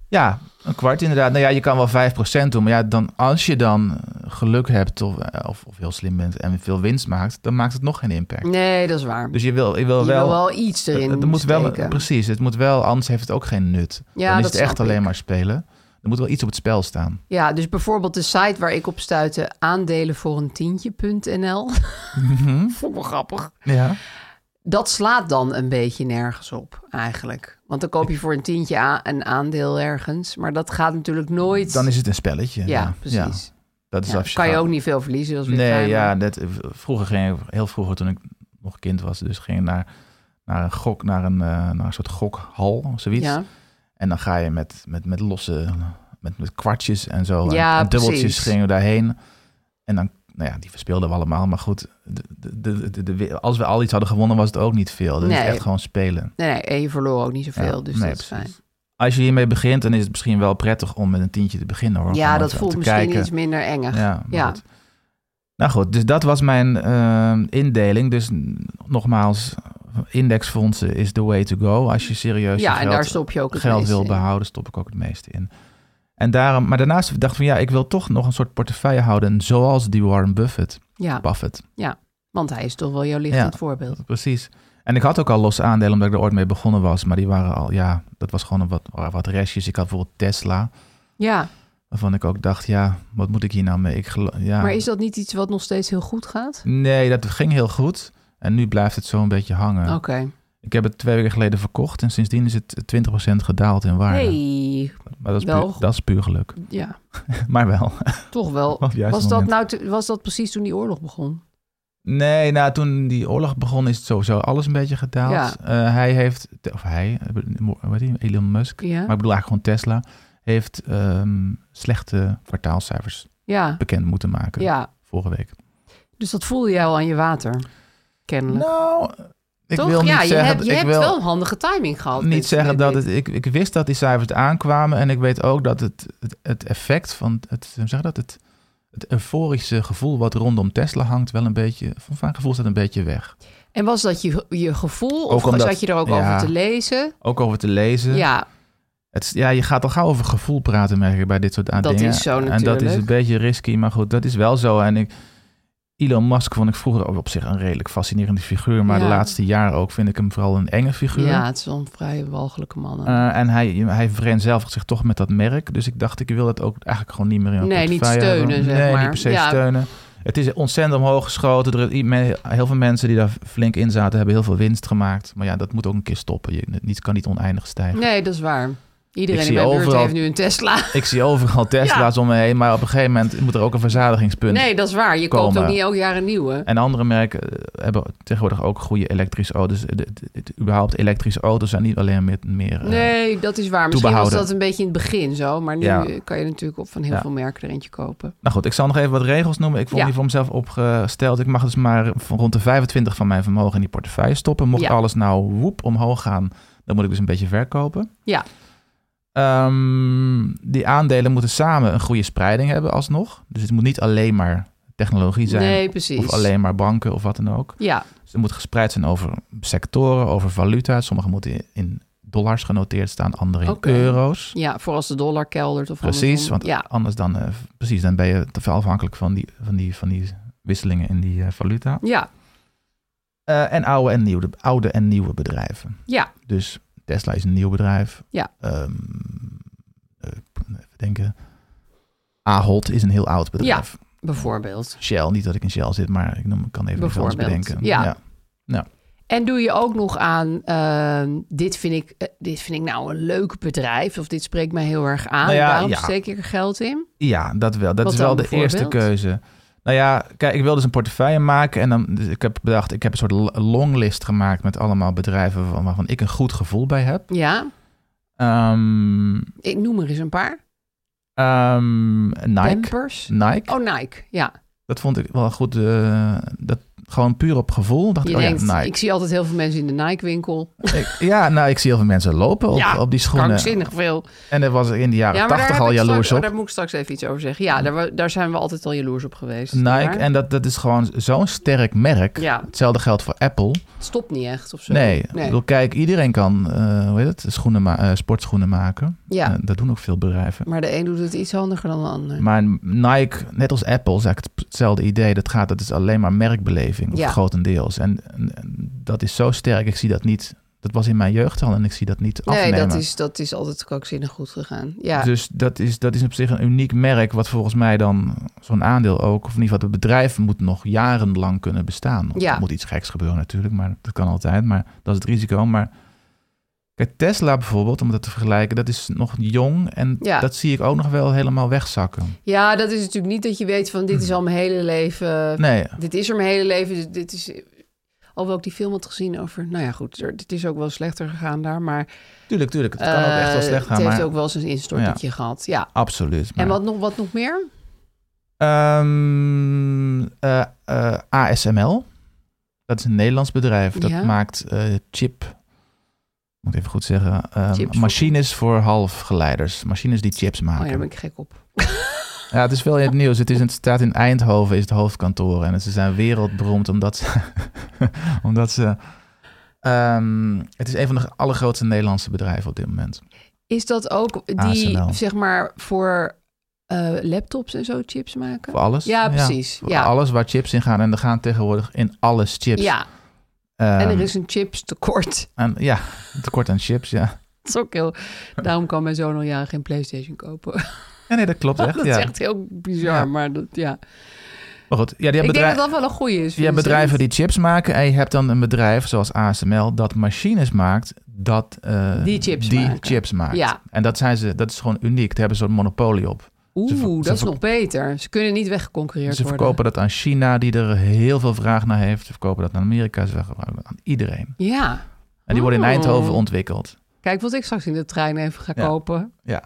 Ja, een kwart inderdaad. Nou ja, je kan wel vijf procent doen. Maar ja, dan, als je dan geluk hebt of, of, of heel slim bent en veel winst maakt, dan maakt het nog geen impact. Nee, dat is waar. Dus je wil, je wil, je wel, wil wel iets erin het, het moet wel, steken. precies, het moet wel, anders heeft het ook geen nut. Ja, dan is dat het echt snap alleen ik. maar spelen. Er moet wel iets op het spel staan. Ja, dus bijvoorbeeld de site waar ik op stuitte, aandelen voor een tientje punt n l. Mm-hmm. Vond ik wel grappig. Ja. Dat slaat dan een beetje nergens op, eigenlijk. Want dan koop je voor een tientje a- een aandeel ergens. Maar dat gaat natuurlijk nooit... Dan is het een spelletje. Ja, Ja, precies. Ja. Dat is Ja, als je kan je gaat- ook niet veel verliezen. Dat is weer Nee, fijn, ja, maar- dat, vroeger ging ik, heel vroeger toen ik nog kind was, dus ging ik naar, naar een gok, naar een, uh, naar een soort gokhal of zoiets. Ja. En dan ga je met, met, met losse, met, met kwartjes en zo. Ja, en, en dubbeltjes precies. gingen we daarheen. En dan, nou ja, die verspeelden we allemaal. Maar goed, de, de, de, de, de, als we al iets hadden gewonnen, was het ook niet veel. Dat Nee. is echt gewoon spelen. Nee, nee, en je verloor ook niet zoveel, Ja, dus nee, dat is precies. fijn. Als je hiermee begint, dan is het misschien wel prettig om met een tientje te beginnen, hoor. Ja, Gewoon dat even voelt te misschien kijken. iets minder engig. Ja, maar Ja. goed. Nou goed, dus dat was mijn uh, indeling. Dus nogmaals, indexfondsen is the way to go. Als je serieus Ja, je en geld, daar stop je ook het geld meeste wil in. behouden, stop ik ook het meeste in. En daarom, maar daarnaast dacht ik van ja, ik wil toch nog een soort portefeuille houden, zoals die Warren Buffett. Ja, Buffett. ja, want hij is toch wel jouw lichtend voorbeeld. Precies. En ik had ook al losse aandelen omdat ik er ooit mee begonnen was. Maar die waren al, ja, dat was gewoon een wat, wat restjes. Ik had bijvoorbeeld Tesla. Ja, Waarvan ik ook dacht, ja, wat moet ik hier nou mee? Ik gelo- ja. maar is dat niet iets wat nog steeds heel goed gaat? Nee, dat ging heel goed. En nu blijft het zo een beetje hangen. Oké. Ik heb het twee weken geleden verkocht. En sindsdien is het twintig procent gedaald in waarde. Hey, Maar dat is, wel. puur, dat is puur geluk. ja, Maar wel. toch wel. Op het juiste Was dat, moment. nou te- was dat precies toen die oorlog begon? Nee, nou, toen die oorlog begon is het sowieso alles een beetje gedaald. Ja. Uh, hij heeft, of hij, wat heet hij, Elon Musk. Ja. Maar ik bedoel eigenlijk gewoon Tesla. Heeft um, slechte kwartaalcijfers Ja, bekend moeten maken. ja. Vorige week. Dus dat voelde jij al aan je water, kennelijk. Nou, ik Toch? wil niet ja, je zeggen... hebt, je ik hebt wil wel een handige timing gehad. niet met- zeggen met dat dit. het... Ik, ik wist dat die cijfers aankwamen. En ik weet ook dat het, het, het effect van... Het, hoe zeg je dat? Het, het euforische gevoel wat rondom Tesla hangt wel een beetje... Van mijn gevoel staat een beetje weg. En was dat je, je gevoel? Of Ook omdat- zat je er ook ja. over te lezen? Ook over te lezen. Ja, Het, ja, je gaat al gauw over gevoel praten, merk ik, bij dit soort Dat dingen. is zo En dat is natuurlijk. een beetje risky, maar goed, dat is wel zo. En ik, Elon Musk vond ik vroeger ook op zich een redelijk fascinerende figuur. Maar Ja. de laatste jaren ook vind ik hem vooral een enge figuur. ja, het is wel een vrij walgelijke man. Uh, en hij, hij vereenzelvigt zich toch met dat merk. Dus ik dacht, ik wil dat ook eigenlijk gewoon niet meer in mijn Nee, niet portefeuille steunen, hebben. zeg nee, maar. niet per se Ja. steunen. Het is ontzettend omhoog geschoten. Er, is- heel veel mensen die daar flink in zaten, hebben heel veel winst gemaakt. Maar ja, dat moet ook een keer stoppen. Je niet, kan niet oneindig stijgen. Nee, dat is waar. Iedereen Ik in zie mijn buurt overal- heeft nu een Tesla. Ik zie overal Tesla's om me heen, maar op een gegeven moment moet er ook een verzadigingspunt. Nee, dat is waar. Je koopt komen. ook niet elk jaar een nieuwe. En andere merken eh, hebben tegenwoordig ook goede elektrische auto's. De, de, de- überhaupt elektrische auto's zijn niet alleen meer... meer eh, Nee, dat is waar. Misschien was toebehouden. dat een beetje in het begin zo. Maar nu Ja. kan je natuurlijk op van heel Ja. veel merken er eentje kopen. Nou goed, ik zal nog even wat regels noemen. Ik vond Ja. die voor mezelf opgesteld. Ik mag dus maar van rond de vijfentwintig van mijn vermogen in die portefeuille stoppen. Mocht Ja. alles nou woep omhoog gaan, dan moet ik dus een beetje verkopen. Ja, Ehm, die aandelen moeten samen een goede spreiding hebben alsnog. Dus het moet niet alleen maar technologie zijn. nee, precies. Of alleen maar banken of wat dan ook. Ja, Dus het moet gespreid zijn over sectoren, over valuta. Sommige moeten in dollars genoteerd staan, andere in Oké. euro's. ja, voor als de dollar keldert of Precies, andersom. want ja, anders dan, eh, precies, dan ben je te veel afhankelijk van die, van die, van die wisselingen in die eh, valuta. ja, Uh, en oude en, nieuwe, oude en nieuwe bedrijven. ja, Dus Tesla is een nieuw bedrijf. Ja. Um, uh, even denken. Ahold is een heel oud bedrijf. bijvoorbeeld. Shell, niet dat ik in Shell zit, maar ik noem- kan even iets anders Bijvoorbeeld, bedenken. ja. ja. En doe je ook nog aan, ehm, dit, vind ik, eh, dit vind ik nou een leuk bedrijf. Of dit spreekt mij heel erg aan. Nou ja, Daarom ja. steek ik er geld in. Ja, dat wel. Dat Wat is wel dan de eerste bijvoorbeeld? keuze. Nou ja, kijk, ik wil dus een portefeuille maken. En dan, dus ik heb bedacht, ik heb een soort l- longlist gemaakt met allemaal bedrijven waarvan, waarvan ik een goed gevoel bij heb. Ja, Ehm, ik noem er eens een paar. ehm, Nike. Pampers. Nike. Oh, Nike, ja. Dat vond ik wel goed. eh, dat, Gewoon puur op gevoel. Dacht Je ik, denkt, oh ja, Nike. ik zie altijd heel veel mensen in de Nike-winkel. Ik, ja, nou, ik zie heel veel mensen lopen op, ja, op die schoenen. krankzinnig veel. En daar was ik in de jaren Ja, maar daar, tachtig heb al ik jaloers straks, oh, op. daar moet ik straks even iets over zeggen. Ja, daar, wa- daar zijn we altijd al jaloers op geweest. Nike, Maar en dat, dat is gewoon zo'n sterk merk. Ja. Hetzelfde geldt voor Apple. het stopt niet echt of zo. Nee, ik bedoel, kijk, iedereen kan uh, hoe heet het, schoenen ma- uh, sportschoenen maken. Ja. Uh, dat doen ook veel bedrijven. Maar de een doet het iets handiger dan de ander. Maar Nike, net als Apple, is eigenlijk hetzelfde idee. Dat gaat, dat is alleen maar merkbeleving, of Ja. grotendeels. En, en, en dat is zo sterk. Ik zie dat niet. Dat was in mijn jeugd al en ik zie dat niet nee, afnemen. dat is, dat is altijd krankzinnig goed gegaan. Ja. Dus dat is, dat is op zich een uniek merk, wat volgens mij dan zo'n aandeel ook, of in ieder geval het bedrijf moet nog jarenlang kunnen bestaan. Ja. Er moet iets geks gebeuren natuurlijk, maar dat kan altijd. Maar dat is het risico. Maar kijk, Tesla bijvoorbeeld, om dat te vergelijken, dat is nog jong en Ja. dat zie ik ook nog wel helemaal wegzakken. ja, dat is natuurlijk niet dat je weet van dit is al mijn hele leven. Nee, Dit is er mijn hele leven. Dit- Dit is... Alhoewel ik die film had gezien over... Nou ja, goed, er- dit is ook wel slechter gegaan daar. Maar tuurlijk, tuurlijk. Het kan ook echt wel eh, slecht gaan. Het heeft maar ook wel eens een instortetje gehad. Ja. absoluut. Maar, En wat nog, wat nog meer? Ehm, eh, eh, A S M L. Dat is een Nederlands bedrijf. Dat Ja. maakt eh, chip... Moet ik even goed zeggen. ehm, Chips voor- machines voor halfgeleiders. Machines die chips Oh ja, maken. daar ben ik gek op. Ja, het is wel in het nieuws. Het, is, het staat in Eindhoven, is het hoofdkantoor. En ze zijn wereldberoemd omdat ze... omdat ze ehm, het is een van de allergrootste Nederlandse bedrijven op dit moment. Is dat ook die, A S M L. zeg maar, voor eh, laptops en zo chips maken? Voor alles. Ja, precies. voor Ja. alles waar chips in gaan. En er gaan tegenwoordig in alles chips. Ja, Ehm, en er is een chips tekort. en, ja, tekort aan chips, ja. Dat is ook heel... Daarom kan mijn zoon al jaren geen PlayStation kopen. Ja, nee, dat klopt echt. dat ja. is echt heel bizar, Ja. maar dat, ja. Maar goed, ja, die hebben Ik denk bedrijf- dat dat wel een goeie is. je hebt Vincent. bedrijven die chips maken en je hebt dan een bedrijf zoals A S M L dat machines maakt dat eh, Die chips die maken. chips maakt. Ja. En dat, zijn ze, dat is gewoon uniek. Daar hebben ze een monopolie op. Oeh, Ze ver- dat ze is ver- nog beter. Ze kunnen niet weggeconcurreerd Ze worden. verkopen dat aan China, die er heel veel vraag naar heeft. Ze verkopen dat aan Amerika, ze verkopen dat aan iedereen. Ja. En die worden in Oh. Eindhoven ontwikkeld. Kijk wat ik straks in de trein even ga Ja. kopen. Ja.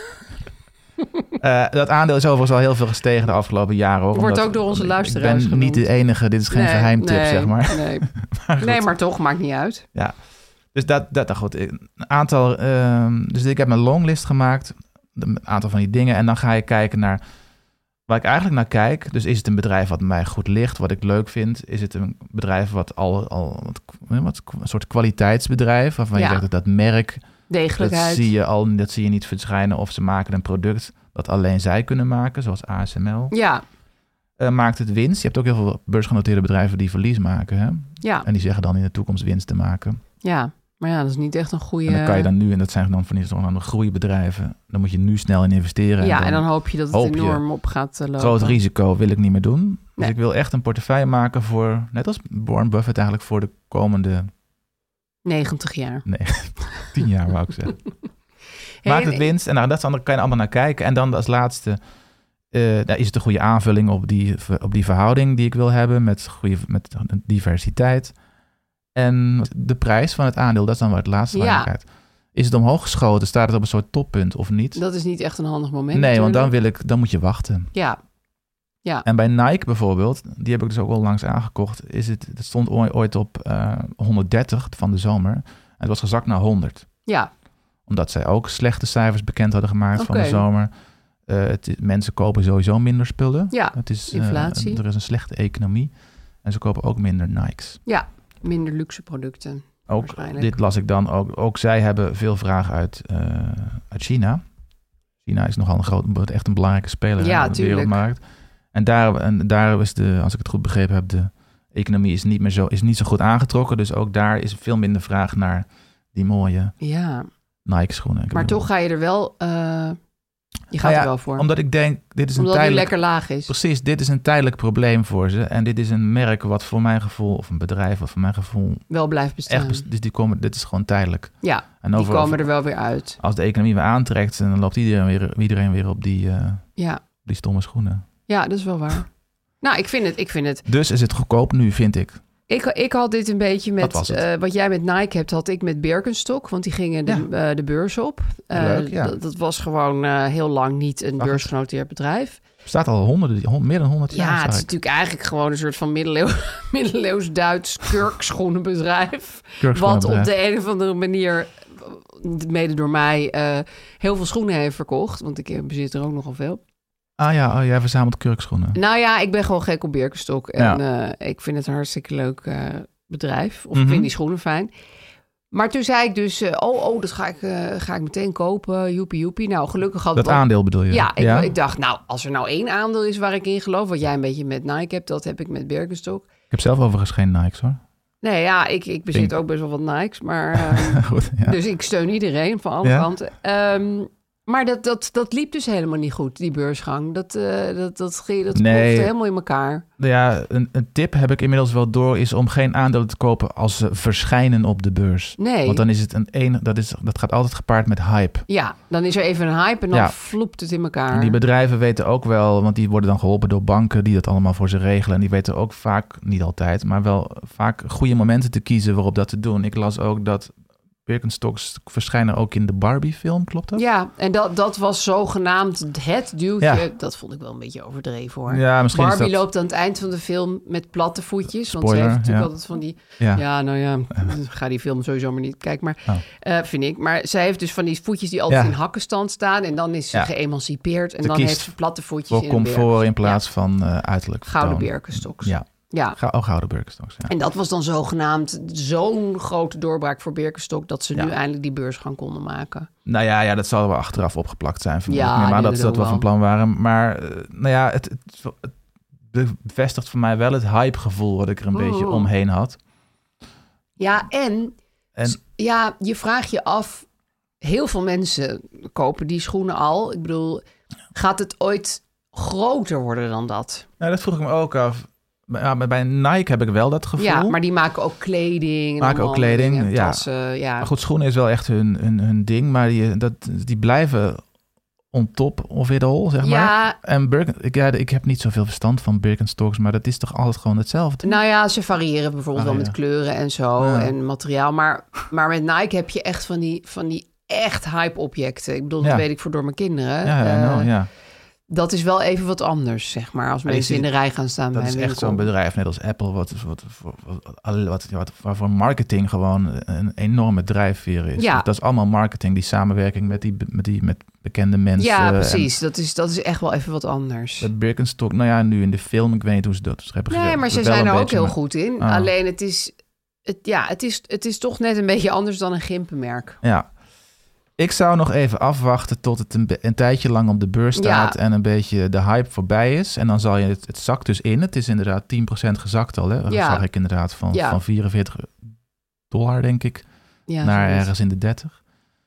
Eh, dat aandeel is overigens al heel veel gestegen de afgelopen jaren. Hoor, Wordt omdat- ook door onze ik luisteraars ben genoemd. niet de enige, dit is geen Nee, geheimtip, nee, zeg maar. Nee. Maar goed. nee, maar toch, maakt niet uit. Ja, dus dat, dat nou goed. Een aantal, ehm, dus ik heb een longlist gemaakt, een aantal van die dingen. En dan ga je kijken naar waar ik eigenlijk naar kijk. Dus is het een bedrijf wat mij goed ligt, wat ik leuk vind? Is het een bedrijf wat al, al wat, wat, een soort kwaliteitsbedrijf, waarvan Ja. je zegt dat dat merk, dat Degelijkheid. zie je al, dat zie je niet verschijnen. Of ze maken een product dat alleen zij kunnen maken, zoals A S M L. Ja, Eh, maakt het winst? Je hebt ook heel veel beursgenoteerde bedrijven die verlies maken, hè? ja, En die zeggen dan in de toekomst winst te maken. ja. Maar ja, dat is niet echt een goede... En dan kan je dan nu, en dat zijn dan van die zogenaamde groeibedrijven, dan moet je nu snel in investeren. Ja, en dan hoop je dat het hoop je. enorm op gaat uh, lopen. Groot risico wil ik niet meer doen. Dus Nee. ik wil echt een portefeuille maken voor, net als Warren Buffett eigenlijk, voor de komende negentig jaar. nee, tien jaar wou ik zeggen. Hey, Maakt en- het winst en nou, dat kan je allemaal naar kijken. En dan als laatste, eh, daar is het een goede aanvulling op die, op die verhouding die ik wil hebben met, goede, met diversiteit. En de prijs van het aandeel, dat is dan waar het laatste waar je Ja. naar kijkt. Is het omhoog geschoten? Staat het op een soort toppunt of niet? Dat is niet echt een handig moment. Nee, want dan, natuurlijk. wil ik, dan moet je wachten. Ja, ja. En bij Nike bijvoorbeeld, die heb ik dus ook al langs aangekocht, is het, het stond ooi- ooit op eh, honderddertig van de zomer. En het was gezakt naar honderd. Ja, Omdat zij ook slechte cijfers bekend hadden gemaakt van de Oké. zomer. Eh, het, mensen kopen sowieso minder spullen. ja. Het is, eh, inflatie. er is een slechte economie. En ze kopen ook minder Nikes. Ja, minder luxe producten. Ook, Waarschijnlijk. dit las ik dan ook. Ook zij hebben veel vraag uit, eh, uit China. China is nogal een groot, echt een belangrijke speler Ja, hè, op de tuurlijk. wereldmarkt. En daar, en daar is de, als ik het goed begrepen heb, de economie is niet meer zo, is niet zo goed aangetrokken. Dus ook daar is veel minder vraag naar die mooie Ja, Nike schoenen. Ik maar heb- toch ga je er wel... eh, je gaat Nou ja, er wel voor. Omdat ik denk, dit is een Omdat het nu tijdelijk... lekker laag is. Precies, dit is een tijdelijk probleem voor ze. En dit is een merk wat voor mijn gevoel, of een bedrijf wat voor mijn gevoel Wel blijft bestaan. echt... best- Dus die komen, dit is gewoon tijdelijk. Ja, En die over, komen over- er wel weer uit. als de economie weer aantrekt, dan loopt iedereen weer, iedereen weer op die, eh, Ja, die stomme schoenen. ja, dat is wel waar. Nou, ik vind het, ik vind het. Dus is het goedkoop nu, vind ik. Ik, ik had dit een beetje Wat met... was het? eh, wat jij met Nike hebt, had ik met Birkenstock. Want die gingen de, eh, de beurs op. Eh, Leuk, ja. dat, dat was gewoon eh, heel lang niet een Wacht. beursgenoteerd bedrijf. Bestaat al honderden, hon- meer dan honderd jaar. Ja, het zag is ik. natuurlijk eigenlijk gewoon een soort van middeleeuw, middeleeuws Duits kurkschoenenbedrijf. Wat Kurkschoenenbedrijf. op de een of andere manier, mede door mij, uh, heel veel schoenen heeft verkocht. Want ik bezit er ook nogal veel. Ah ja, oh, jij verzamelt kurkschoenen. Nou ja, ik ben gewoon gek op Birkenstock. En Ja. uh, ik vind het een hartstikke leuk uh, bedrijf. Of Mm-hmm. ik vind die schoenen fijn. Maar toen zei ik dus, uh, oh, oh, dat ga ik, uh, ga ik meteen kopen. Joepie, joepie. Nou, gelukkig had Dat ik... aandeel bedoel je? Ja, ik, ik dacht, nou, als er nou één aandeel is waar ik in geloof... wat jij een beetje met Nike hebt, dat heb ik met Birkenstock. Ik heb zelf overigens geen Nikes hoor. Nee, ja, ik, ik bezit Pink. ook best wel wat Nikes. Maar, um, Goed, ja. dus ik steun iedereen van alle Ja? kanten. Um, maar dat, dat, dat liep dus helemaal niet goed, die beursgang. Dat, uh, dat, dat, dat, dat Nee. plofte helemaal in elkaar. Ja, een, een tip heb ik inmiddels wel door... is om geen aandelen te kopen als ze verschijnen op de beurs. Nee. Want dan is het een een, dat, is, dat gaat altijd gepaard met hype. Ja, dan is er even een hype en dan Ja. vloept het in elkaar. En die bedrijven weten ook wel, want die worden dan geholpen door banken die dat allemaal voor ze regelen. En die weten ook vaak, niet altijd, maar wel vaak goede momenten te kiezen waarop dat te doen. Ik las ook dat Birkenstocks verschijnen ook in de Barbie-film, klopt dat? Ja, en dat, dat was zogenaamd het duwtje. Ja. Dat vond ik wel een beetje overdreven hoor. Ja, misschien is Barbie dat- loopt aan het eind van de film met platte voetjes. want Spoiler, ze heeft natuurlijk ja. altijd van die... Ja. Ja, nou ja, ga die film sowieso maar niet kijken. Maar Oh. eh, vind ik. Maar zij heeft dus van die voetjes die altijd Ja. in hakkenstand staan. En dan is ze Ja. geëmancipeerd. En Ze dan kiest heeft ze platte voetjes Voor in een comfort berg. in plaats van uh, uiterlijk Gouden vertoon. Birkenstocks. Ja, Ja. Ga, oh, gouden Birkenstocks, ja. En dat was dan zogenaamd zo'n grote doorbraak voor Birkenstock... dat ze Ja. nu eindelijk die beursgang konden maken. Nou ja, ja, dat zal wel achteraf opgeplakt zijn. vermoed Ja, ik. Nee, maar ik dat denk ze dat het wel ook van plan waren. Maar uh, nou ja, het, het, het bevestigt voor mij wel het hypegevoel wat ik er een Oh. beetje omheen had. Ja, en, En ja, je vraagt je af... heel veel mensen kopen die schoenen al. Ik bedoel, gaat het ooit groter worden dan dat? nou, dat vroeg ik me ook af. Ja, maar bij Nike heb ik wel dat gevoel. Ja, maar die maken ook kleding. En Maken ook allemaal kleding, dingen, ja. tassen, ja. Maar goed, schoenen is wel echt hun, hun, hun ding. Maar die, dat, die blijven on top of it all, zeg maar. Ja. En Birken, ik, ja, ik heb niet zoveel verstand van Birkenstocks, maar dat is toch altijd gewoon hetzelfde? Nou ja, ze variëren bijvoorbeeld Ah, wel ja. met kleuren en zo Ja. en materiaal. Maar, maar met Nike heb je echt van die, van die echt hype-objecten. Ik bedoel, dat Ja. weet ik voor door mijn kinderen. ja, ja, Eh, nou, ja. Dat is wel even wat anders, zeg maar. Als Maar mensen je in ziet- de rij gaan staan Dat bij is een echt winkel. zo'n bedrijf, net als Apple, wat, wat, wat, wat, wat, wat, waarvoor marketing gewoon een enorme drijfveer is. Ja. Dat is allemaal marketing, die samenwerking met die, met die met bekende mensen. Ja, en precies. Dat is, dat is echt wel even wat anders. Dat Birkenstock, nou ja, nu in de film, ik weet niet hoe ze dat hebben Nee, gedaan. maar ze Wel zijn een er ook beetje, heel maar- goed in. Ah. Alleen het is, het, ja, het, is, het is toch net een beetje anders dan een gimpenmerk. Ja. Ik zou nog even afwachten tot het een, be- een tijdje lang op de beurs staat Ja. en een beetje de hype voorbij is. En dan zal je het, het zakt dus in. Het is inderdaad tien procent gezakt al, hè? Dat Ja. zag ik inderdaad van, Ja. van vierenveertig dollar, denk ik, Ja, naar zoiets. ergens in de dertig.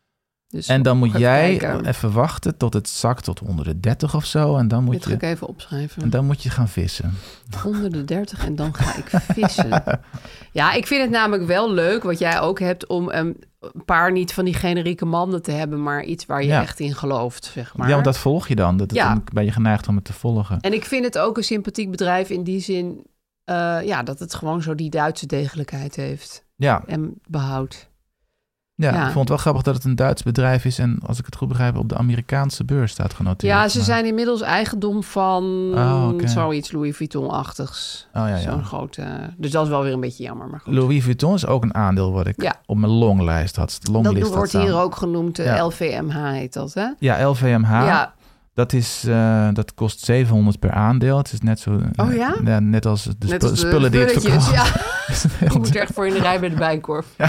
Dus En dan moet even jij kijken. even wachten tot het zakt tot onder de dertig of zo. En dan moet Dit ga ik je, even opschrijven. en dan moet je gaan vissen. Onder de dertig en dan ga ik vissen. Ja, ik vind het namelijk wel leuk, wat jij ook hebt, om een paar niet van die generieke manden te hebben, maar iets waar je Ja. echt in gelooft, zeg maar. Ja, want dat volg je dan. Dat, Ja. Dan ben je geneigd om het te volgen. En ik vind het ook een sympathiek bedrijf in die zin, eh, ja, dat het gewoon zo die Duitse degelijkheid heeft Ja, en behoudt. ja, Ja. ik vond het wel grappig dat het een Duits bedrijf is. En als ik het goed begrijp, op de Amerikaanse beurs staat genoteerd. Ja, ze Maar- zijn inmiddels eigendom van Oh, oké. zoiets Louis Vuitton-achtigs. Oh ja, ja. Zo'n grote. Dus dat is wel weer een beetje jammer. Maar goed. Louis Vuitton is ook een aandeel wat ik Ja. op mijn longlijst had. Dat Longlist had wordt staan. hier ook genoemd, eh, Ja. L V M H heet dat, hè? Ja, L V M H. Ja, Dat, is, eh, dat kost zevenhonderd per aandeel. Het is net zo... Oh ja? ja net als de, net spu- als de spullen die het spulletjes, verkopen. Ja, Is het heel je moet er duur. echt voor in de rij bij de Bijenkorf. Kan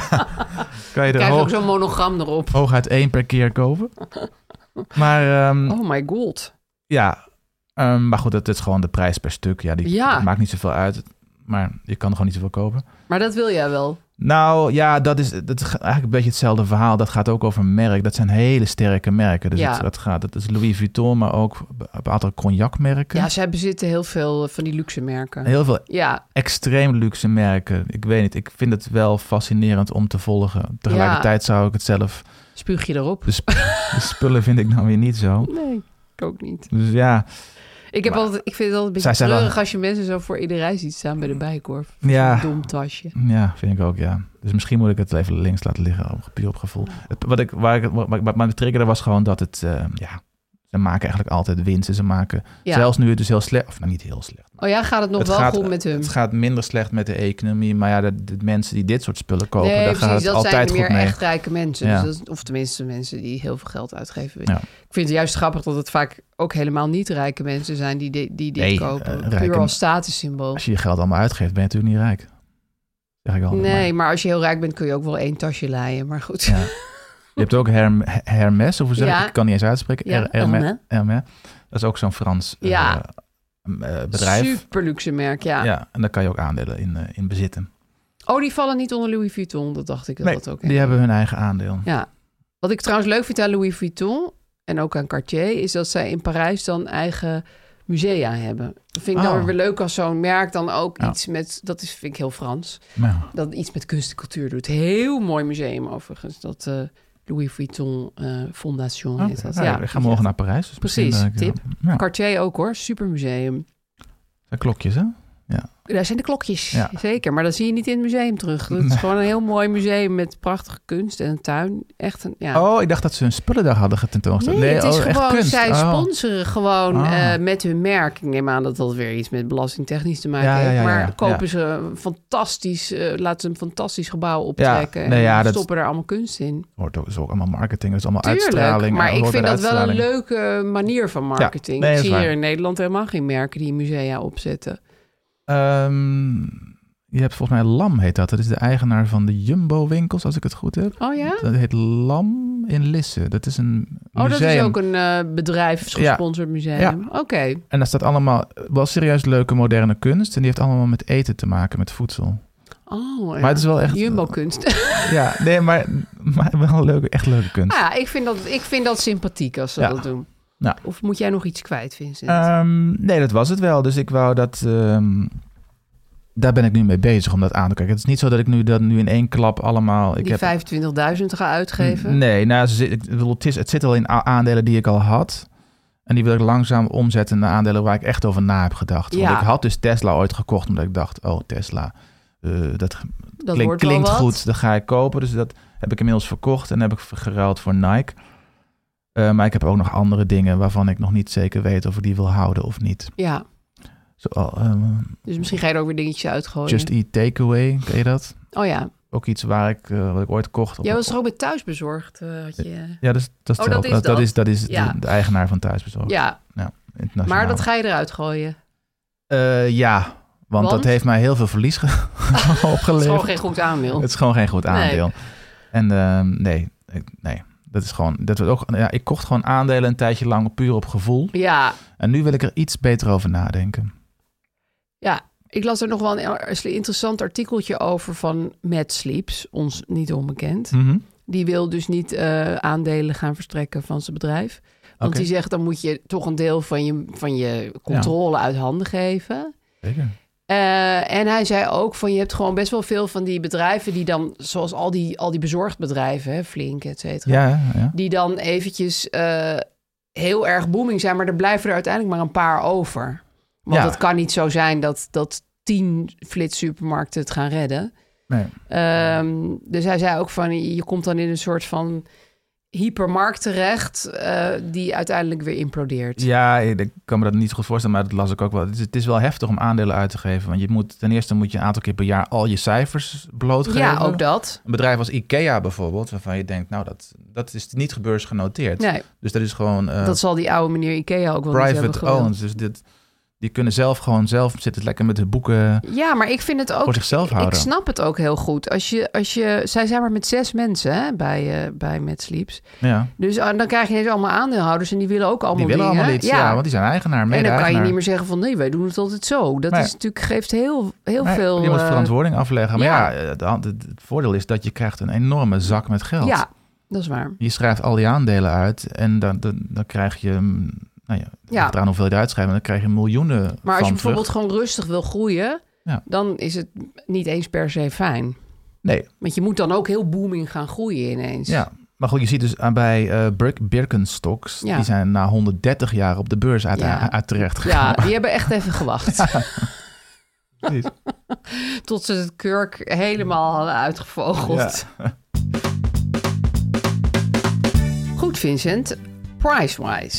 je er Krijg je ook hoog, zo'n monogram erop. hooguit één per keer kopen. Maar ehm, Oh my god. ja, ehm, maar goed, dat is gewoon de prijs per stuk. Ja, die Ja. dat maakt niet zoveel uit. Maar je kan er gewoon niet zoveel kopen. Maar dat wil jij wel. Nou ja, dat is, dat is eigenlijk een beetje hetzelfde verhaal. Dat gaat ook over merk. Dat zijn hele sterke merken. Dus Ja. het, dat, gaat, dat is Louis Vuitton, maar ook een aantal cognacmerken. Ja, zij bezitten heel veel van die luxe merken. Heel veel Ja, extreem luxe merken. Ik weet niet, ik vind het wel fascinerend om te volgen. Tegelijkertijd zou ik het zelf... spuug je erop? De, sp- de spullen vind ik nou weer niet zo. Nee, ik ook niet. Dus ja, Ik, heb Maar- altijd, ik vind het altijd een Zij beetje zijn wel- treurig als je mensen zo voor iedereen rij ziet staan bij de Bijenkorf. Ja. Zo'n dom tasje. ja, vind ik ook, ja. Dus misschien moet ik het even links laten liggen, op puur op gevoel. Het, wat ik, waar ik, wat, wat mij triggerde was gewoon dat het, uh, ja, Ze maken eigenlijk altijd winst. En ze maken, Ja. zelfs nu het dus heel slecht... Of nou, niet heel slecht. Oh ja, gaat het nog Het wel gaat, goed met hem? Het gaat minder slecht met de economie. Maar ja, de, de mensen die dit soort spullen kopen... Nee, daar precies, gaat het dat altijd zijn goed meer mee. echt rijke mensen. Ja. Dus dat, of tenminste mensen die heel veel geld uitgeven. Ja. Ik vind het juist grappig dat het vaak ook helemaal niet rijke mensen zijn die, di- die dit Nee, kopen. uh, Puur rijke- als statussymbool. Als je je geld allemaal uitgeeft, ben je natuurlijk niet rijk. Zeg ik altijd. Nee, maar. maar als je heel rijk bent kun je ook wel één tasje leien. Maar goed. Ja. Je hebt ook Herm, Hermes, of hoe zeg ik? Ja. Ik kan niet eens uitspreken. Ja, Her- Hermes. Hermes. Hermes. Dat is ook zo'n Frans uh, Ja. uh, bedrijf. Super luxe merk, ja. Ja, en daar kan je ook aandelen in, uh, in bezitten. Oh, die vallen niet onder Louis Vuitton. Dat dacht ik dat Nee, dat ook. die hebben hun eigen aandeel. Ja. Wat ik trouwens leuk vind aan Louis Vuitton en ook aan Cartier, is dat zij in Parijs dan eigen musea hebben. Dat vind ik dan Oh. weer leuk als zo'n merk dan ook Ja. iets met, dat is, vind ik heel Frans, Nou, dat iets met kunst en cultuur doet. Heel mooi museum overigens, dat uh, Louis Vuitton uh, Fondation oké. heet dat. Nou, ja, ik ga morgen naar Parijs. Dus Precies, misschien, uh, tip. Ja. Cartier ook hoor, super museum. Zijn klokjes, hè? Ja. Daar zijn de klokjes, Ja. zeker. Maar dat zie je niet in het museum terug. Het is Nee. gewoon een heel mooi museum met prachtige kunst en een tuin. Echt een, ja. Oh, ik dacht dat ze hun spullendag hadden getentoongesteld. Nee, het is oh, echt gewoon, kunst. zij Oh. sponsoren gewoon Ah. eh, met hun merk. Ik neem aan dat dat weer iets met belastingtechnisch te maken Ja, ja, heeft. ja, ja, maar ja. kopen Ja. ze een fantastisch, eh, laten ze een fantastisch gebouw optrekken. nee, ja, en dat- stoppen er allemaal kunst in. Hoort ook, is ook allemaal marketing, dat is allemaal Tuurlijk, uitstraling. maar hoort ik bij vind de dat wel een uitstraling. leuke manier van marketing. nee, ik dat is zie hier waar. in Nederland helemaal geen merken die musea opzetten. Ehm, je hebt volgens mij Lam heet dat. Dat is de eigenaar van de Jumbo-winkels, als ik het goed heb. Oh ja? Dat heet Lam in Lisse. Dat is een Oh, museum. dat is ook een uh, bedrijfsgesponsord museum. Ja. Oké. En daar staat allemaal wel serieus leuke moderne kunst. En die heeft allemaal met eten te maken, met voedsel. Oh, ja. Maar het is wel echt... Jumbo-kunst. Ja, nee, maar, maar wel leuke, echt leuke kunst. Nou ja, ik vind, dat, ik vind dat sympathiek als ze Ja. dat doen. Ja. Of moet jij nog iets kwijt, Vincent? Ehm, nee, dat was het wel. Dus ik wou dat... ehm, daar ben ik nu mee bezig om dat aan te kijken. Het is niet zo dat ik nu dat nu in één klap allemaal... Ik die heb, vijfentwintigduizend ga uitgeven? Nee, nou, ze zit- ik bedoel, het, is, het zit al in a- aandelen die ik al had. En die wil ik langzaam omzetten naar aandelen waar ik echt over na heb gedacht. Ja. Want ik had dus Tesla ooit gekocht omdat ik dacht... Oh, Tesla, uh, dat, Dat klink- wordt wel klinkt wat. goed, dat ga ik kopen. Dus dat heb ik inmiddels verkocht en heb ik geruild voor Nike. Uh, maar ik heb ook nog andere dingen waarvan ik nog niet zeker weet of ik die wil houden of niet. Ja, Zo, um, dus misschien ga je er ook weer dingetjes uitgooien. Just Eat Takeaway, ken je dat? Oh ja. Ook iets waar ik, uh, wat ik ooit kocht. Op, Jij was er ook bij Thuisbezorgd, uh, had je... Ja, dat is, dat is, Oh, dat ook- is dat, dat? is, dat is Ja. de, de eigenaar van Thuisbezorgd. Ja, Ja, internationaal. maar dat ga je eruit gooien. Uh, ja, want, Want? dat heeft mij heel veel verlies ge- Het is opgeleverd. gewoon geen goed aandeel. Het is gewoon geen goed Nee. aandeel. En uh, nee, ik, nee, dat is gewoon... Dat was ook, ja, ik kocht gewoon aandelen een tijdje lang puur op gevoel. Ja, En nu wil ik er iets beter over nadenken. ja. Ik las er nog wel een interessant artikeltje over van Matt Sleeps, ons niet onbekend. Mm-hmm. Die wil dus niet uh, aandelen gaan verstrekken van zijn bedrijf. Want Oké. die zegt, dan moet je toch een deel van je, van je controle uit handen geven. Zeker. Uh, en hij zei ook van, je hebt gewoon best wel veel van die bedrijven die dan, zoals al die, al die bezorgdbedrijven, hè, Flink, et cetera. Ja, ja. Die dan eventjes uh, heel erg booming zijn, maar er blijven er uiteindelijk maar een paar over. Want Ja. het kan niet zo zijn dat, dat tien flitssupermarkten het gaan redden. Nee. Um, dus hij zei ook van, je komt dan in een soort van hypermarkt terecht, uh, die uiteindelijk weer implodeert. Ja, ik kan me dat niet zo goed voorstellen, maar dat las ik ook wel. Het is, het is wel heftig om aandelen uit te geven. Want je moet, ten eerste moet je een aantal keer per jaar al je cijfers blootgeven. Ja, ook dat. Een bedrijf als IKEA bijvoorbeeld, waarvan je denkt, nou, dat, dat is niet gebeursgenoteerd. Nee, Dus dat is gewoon... Uh, dat zal die oude meneer Ikea ook wel niet hebben private gewild. owned. Dus dit, die kunnen zelf gewoon zelf zitten lekker met de boeken Ja, maar ik vind het ook... voor zichzelf Ik houden. snap het ook heel goed. Als je, als je, zij zijn maar met zes mensen hè, bij, uh, bij Matt Sleeps. Ja. Dus uh, dan krijg je ineens allemaal aandeelhouders en die willen ook allemaal Die willen dingen. allemaal iets, ja. want die zijn eigenaar, En dan kan je mede-eigenaar. niet meer zeggen van nee, wij doen het altijd zo. Dat Nee. is natuurlijk, geeft heel, heel Nee, veel... je moet uh, verantwoording afleggen. Maar ja. ja, het, het, het voordeel is dat je krijgt een enorme zak met geld. Ja, dat is waar. Je schrijft al die aandelen uit en dan, dan, dan krijg je... Nou ja, Ja. eraan hoeveel je eruit schrijft, dan krijg je miljoenen Maar als van je bijvoorbeeld terug. gewoon rustig wil groeien, Ja. dan is het niet eens per se fijn. Nee, Want je moet dan ook heel booming gaan groeien ineens. ja. Maar goed, je ziet dus aan bij uh, Bir- Birkenstocks, Ja. die zijn na honderddertig jaar op de beurs uit, Ja. uit terecht Ja, gekomen. die hebben echt even gewacht. Precies. Tot ze het kurk helemaal hadden uitgevogeld. Ja. Goed, Vincent. Price-wise.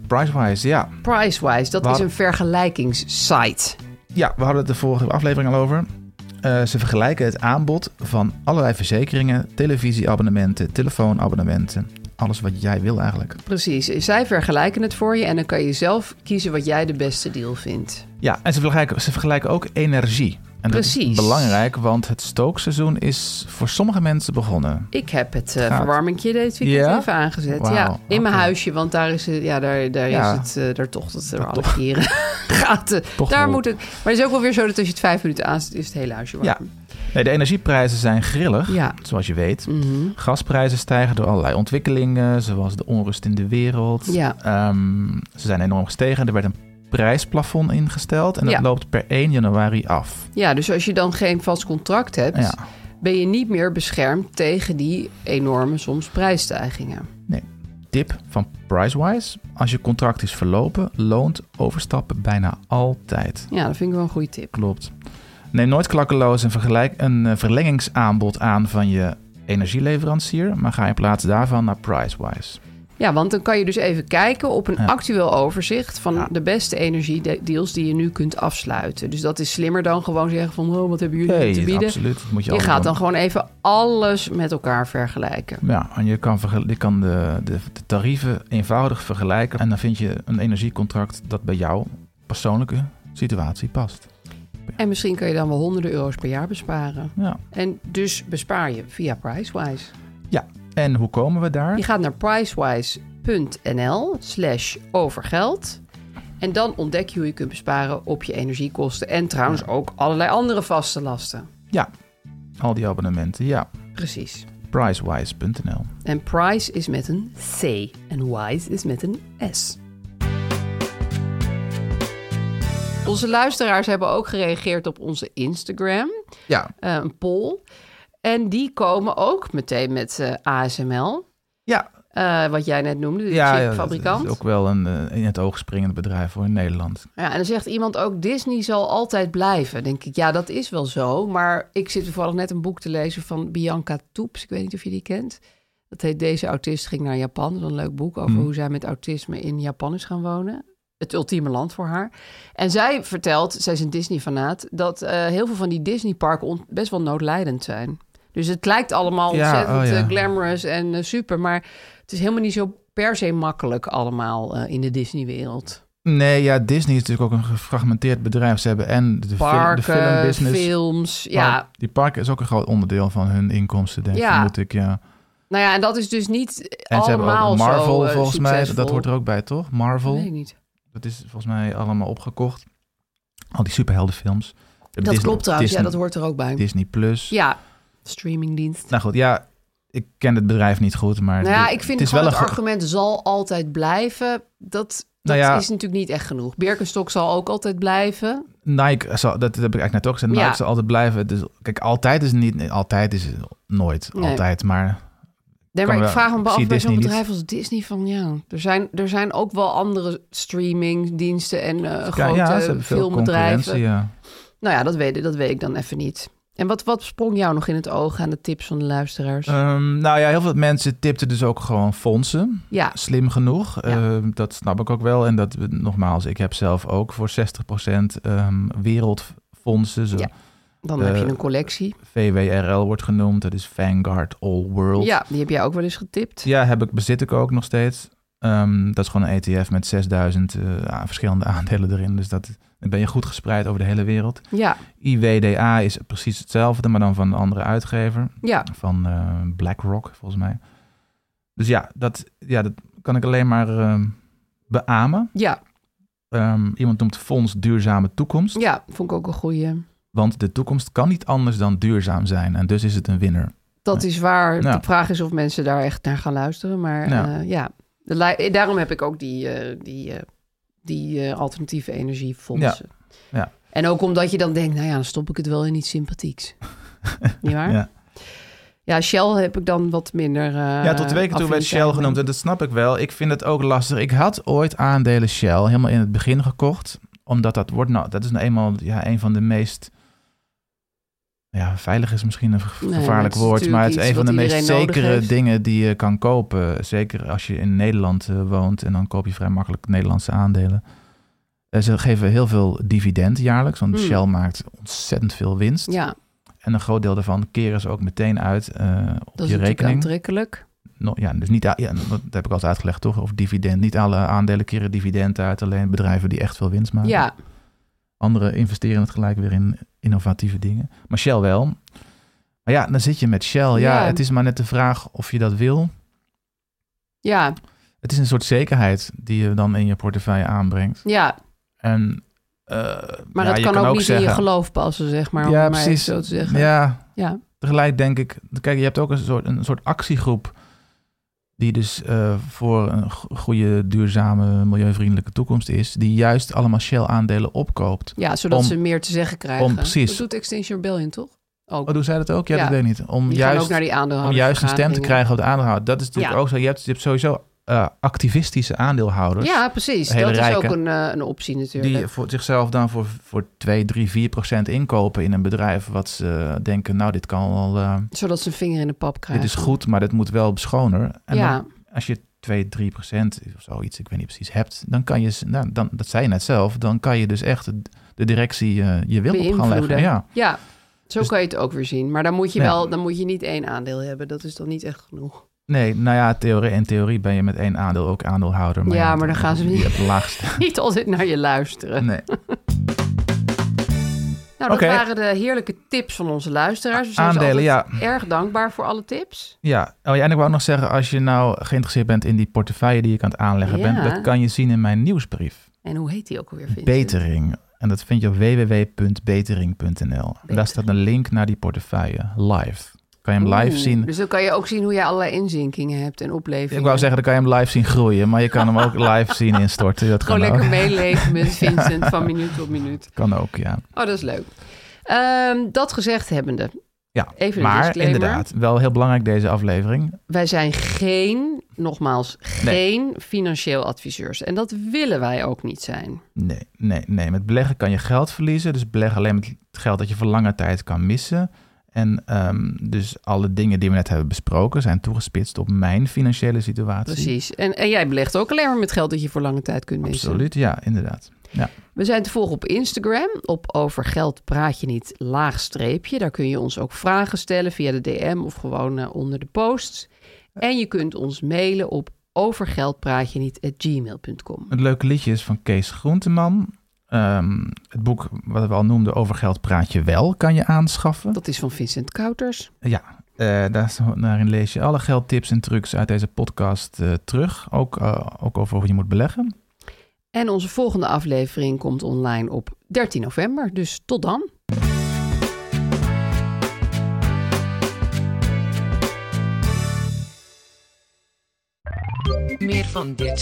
Pricewise, ja. Pricewise, dat We is hadden- een vergelijkingssite. Ja, we hadden het de vorige aflevering al over. Uh, ze vergelijken het aanbod van allerlei verzekeringen, televisieabonnementen, telefoonabonnementen. Alles wat jij wil eigenlijk. Precies, zij vergelijken het voor je en dan kan je zelf kiezen wat jij de beste deal vindt. Ja, en ze vergelijken, ze vergelijken ook energie. En dat Precies. is belangrijk, want het stookseizoen is voor sommige mensen begonnen. Ik heb het uh, Gaat. verwarmingje dit weekend Ja? even aangezet. Wauw, ja, in mijn oké. huisje, want daar is het, ja, daar, daar Ja. is het uh, daar toch dat er Dat alle toch. keren gaat. uh, Toch daar wel. moet het. Maar het is ook wel weer zo dat als je het vijf minuten aanzet, is het hele huisje warm. Ja. Nee, de energieprijzen zijn grillig, Ja. zoals je weet. Mhm. Gasprijzen stijgen door allerlei ontwikkelingen, zoals de onrust in de wereld. Ja. Ehm, ze zijn enorm gestegen. Er werd een prijsplafond ingesteld en dat Ja. loopt per één januari af. Ja, dus als je dan geen vast contract hebt, Ja. ben je niet meer beschermd tegen die enorme soms prijsstijgingen. Tip van Pricewise: als je contract is verlopen, loont overstappen bijna altijd. Ja, dat vind ik wel een goede tip. Klopt. Neem nooit klakkeloos een, vergelijk, een uh, verlengingsaanbod aan van je energieleverancier, maar ga in plaats daarvan naar Pricewise. Ja, want dan kan je dus even kijken op een Ja. actueel overzicht van Ja. de beste energiedeals die je nu kunt afsluiten. Dus dat is slimmer dan gewoon zeggen van, oh, wat hebben jullie Nee, te bieden? absoluut. Dat moet je Je altijd gaat doen. dan gewoon even alles met elkaar vergelijken. Ja, en je kan, vergel- je kan de, de, de tarieven eenvoudig vergelijken en dan vind je een energiecontract dat bij jouw persoonlijke situatie past. En misschien kan je dan wel honderden euro's per jaar besparen. Ja. En dus bespaar je via Pricewise. Ja, en hoe komen we daar? Je gaat naar pricewise.nl slash overgeld. En dan ontdek je hoe je kunt besparen op je energiekosten. En trouwens ook allerlei andere vaste lasten. Ja, al die abonnementen, ja. Precies. Pricewise punt n l. En price is met een C. En wise is met een S. Onze luisteraars hebben ook gereageerd op onze Instagram. Ja, Uh, een poll. En die komen ook meteen met uh, A S M L. ja. Uh, wat jij net noemde, de ja, ja, dat chipfabrikant. is ook wel een uh, in het oog springend bedrijf voor in Nederland. Ja, en dan zegt iemand ook, Disney zal altijd blijven. Denk ik, ja, dat is wel zo. Maar ik zit toevallig net een boek te lezen van Bianca Toeps. Ik weet niet of je die kent. Dat heet Deze autist ging naar Japan. Dat is een leuk boek over Hmm. hoe zij met autisme in Japan is gaan wonen. Het ultieme land voor haar. En zij vertelt, zij is een Disney-fanaat, dat uh, heel veel van die Disney-parken on- best wel noodlijdend zijn. Dus het lijkt allemaal Ja, ontzettend oh ja. uh, glamorous en uh, super. Maar het is helemaal niet zo per se makkelijk allemaal uh, in de Disney-wereld. Nee, ja, Disney is natuurlijk ook een gefragmenteerd bedrijf. Ze hebben en de, film, de Parken, filmbusiness. films, Maar ja. die parken is ook een groot onderdeel van hun inkomsten, denk ik. Ja. Moet ik, ja. Nou ja, en dat is dus niet En ze hebben allemaal ook Marvel, zo uh, volgens mij. succesvol. Dat hoort er ook bij, toch? Marvel. Weet ik niet. Dat is volgens mij allemaal opgekocht. Al die superheldenfilms. Dat Disney- klopt trouwens, Disney, ja, dat hoort er ook bij. Disney Plus. Ja, streamingdienst. Nou goed, ja, ik ken het bedrijf niet goed, maar... Nou ja, de- ik vind het is gewoon wel het een ge- argument zal altijd blijven. Dat, dat Nou ja. is natuurlijk niet echt genoeg. Birkenstock zal ook altijd blijven. Nike, zal, dat, dat heb ik eigenlijk net ook gezegd. Nike Ja. zal altijd blijven. Dus, kijk, altijd is het niet... nee, Altijd is het nooit. Nee. Altijd, maar... Nee, Kan maar ik wel- vraag me ik af zie bij zo'n Disney bedrijf als Disney van ja, er zijn, er zijn ook wel andere streamingdiensten en uh, Ja, grote ja, ze hebben veel filmbedrijven. concurrentie, ja. Nou ja, dat weet, dat weet ik dan even niet. En wat, wat sprong jou nog in het oog aan de tips van de luisteraars? Ehm, nou ja, heel veel mensen tipten dus ook gewoon fondsen. ja, Slim genoeg. Ja. Ehm, dat snap ik ook wel. En dat, nogmaals, ik heb zelf ook voor zestig procent ehm, wereldfondsen. Zo. Ja. dan eh, heb je een collectie. V W R L wordt genoemd. Dat is Vanguard All World. Ja, die heb jij ook wel eens getipt. Ja, heb ik, bezit ik ook nog steeds. Ehm, dat is gewoon een E T F met zesduizend uh, verschillende aandelen erin. Dus dat, dan ben je goed gespreid over de hele wereld. Ja, I W D A is precies hetzelfde, maar dan van een andere uitgever. ja. Van uh, BlackRock, volgens mij. Dus ja, dat, ja, dat kan ik alleen maar uh, beamen. Ja, Um, iemand noemt Fonds Duurzame Toekomst. ja, vond ik ook een goeie. Want de toekomst kan niet anders dan duurzaam zijn. En dus is het een winnaar. Dat is waar. Ja. De vraag is of mensen daar echt naar gaan luisteren. Maar Ja. ja, ja. De li- daarom heb ik ook die, uh, die, uh, die uh, alternatieve energiefondsen. Ja. Ja. En ook omdat je dan denkt, nou ja, dan stop ik het wel in iets sympathieks. Niet waar? Ja. Ja, Shell heb ik dan wat minder... Uh, Ja, tot twee keer toe werd Shell affiniteit genoemd. En dat snap ik wel. Ik vind het ook lastig. Ik had ooit aandelen Shell helemaal in het begin gekocht. Omdat dat wordt nou, dat is nou eenmaal ja, een van de meest Ja, veilig is misschien een Nee, gevaarlijk maar het is woord, maar het is natuurlijk een van de iets wat meest iedereen nodig zekere heeft. dingen die je kan kopen. Zeker als je in Nederland uh, woont en dan koop je vrij makkelijk Nederlandse aandelen. Uh, ze geven heel veel dividend jaarlijks, want Mm. Shell maakt ontzettend veel winst. Ja, En een groot deel daarvan keren ze ook meteen uit uh, op dat is je natuurlijk rekening. aantrekkelijk. No, ja, dus niet, a- ja, dat heb ik al eens uitgelegd, toch? Of dividend. Niet alle aandelen keren dividend uit, alleen bedrijven die echt veel winst maken. Ja, Anderen investeren het gelijk weer in innovatieve dingen. Maar Shell wel. Maar ja, dan zit je met Shell. Ja, Ja. het is maar net de vraag of je dat wil. ja, Het is een soort zekerheid die je dan in je portefeuille aanbrengt. ja. En, uh, Maar ja, het je kan, ook niet zeggen, in je geloof passen, zeg maar. Om Ja, het maar even precies. zo te zeggen. Ja, Ja. tegelijk denk ik... Kijk, je hebt ook een soort, een soort actiegroep... die dus uh, voor een go- goede, duurzame, milieuvriendelijke toekomst is... die juist allemaal Shell-aandelen opkoopt. Ja, zodat Om- ze meer te zeggen krijgen. om- precies. Dat doet Extinction Rebellion, toch? Ook. Oh, doen zij dat ook? Ja, Ja. dat weet ik niet. Om Die gaan juist, ook naar die om aandeelhouders. juist een stem te krijgen op de aandeelhouder. Dat is natuurlijk Ja. ook zo. Je hebt, je hebt sowieso uh, activistische aandeelhouders... Ja, precies. hele Dat is ook rijke, een, uh, een optie natuurlijk. die voor zichzelf dan voor, voor twee, drie, vier procent inkopen in een bedrijf... wat ze denken, nou, dit kan wel... Uh, Zodat ze een vinger in de pap krijgen. dit is goed, maar dit moet wel schoner. En Ja. dan, als je twee, drie procent of zoiets, ik weet niet precies, hebt... dan kan je, nou, dan, dat zei je net zelf... dan kan je dus echt de directie uh, je wil op gaan leggen. Beïnvloeden. Ja. Ja, zo Dus- kan je het ook weer zien. Maar dan moet je Ja. wel, dan moet je niet één aandeel hebben. Dat is dan niet echt genoeg. Nee, nou ja, theorie, in theorie ben je met één aandeel ook aandeelhouder. Maar Ja, maar dan gaan ze je niet- hebt de laagste. Niet altijd naar je luisteren. Nee. Nou, dat Oké. waren de heerlijke tips van onze luisteraars. We zijn Aandelen, ze ja. altijd erg dankbaar voor alle tips. Ja, oh ja, en ik wou nog zeggen, als je nou geïnteresseerd bent in die portefeuille die ik aan het aanleggen Ja. ben, dat kan je zien in mijn nieuwsbrief. En hoe heet die ook alweer, Vincent? Betering. En dat vind je op w w w punt betering punt n l. En daar staat een link naar die portefeuille, live. Kan je hem live Oeh, zien. Dus dan kan je ook zien hoe jij allerlei inzinkingen hebt en oplevingen. Ik wou zeggen, dan kan je hem live zien groeien, maar je kan hem ook live zien instorten. Dat Gewoon kan lekker ook. meeleven met Vincent van minuut tot minuut. Kan ook, ja. Oh, dat is leuk. Ehm, dat gezegd hebbende, Ja, even een maar disclaimer. inderdaad, wel heel belangrijk deze aflevering. Wij zijn geen, nogmaals, geen financieel adviseurs. En dat willen wij ook niet zijn. Nee, nee, nee. Met beleggen kan je geld verliezen. Dus beleg alleen met het geld dat je voor lange tijd kan missen. En um, dus alle dingen die we net hebben besproken zijn toegespitst op mijn financiële situatie. Precies. En, en jij belegt ook alleen maar met geld dat je voor lange tijd kunt missen. Absoluut, ja, inderdaad. Ja. We zijn te volgen op Instagram. Op Over Geld Praat Je Niet laagstreepje. Daar kun je ons ook vragen stellen via de D M of gewoon uh, onder de posts. En je kunt ons mailen op overgeldpraatjeniet at gmail punt com. Het leuke liedje is van Kees Groenteman. Um, het boek wat we al noemden, Over Geld Praat Je Wel, kan je aanschaffen. Dat is van Vincent Kouters. Ja, uh, daar, daarin lees je alle geldtips en trucs uit deze podcast uh, terug. Ook, uh, ook over hoe je moet beleggen. En onze volgende aflevering komt online op dertien november. Dus tot dan. Meer van dit.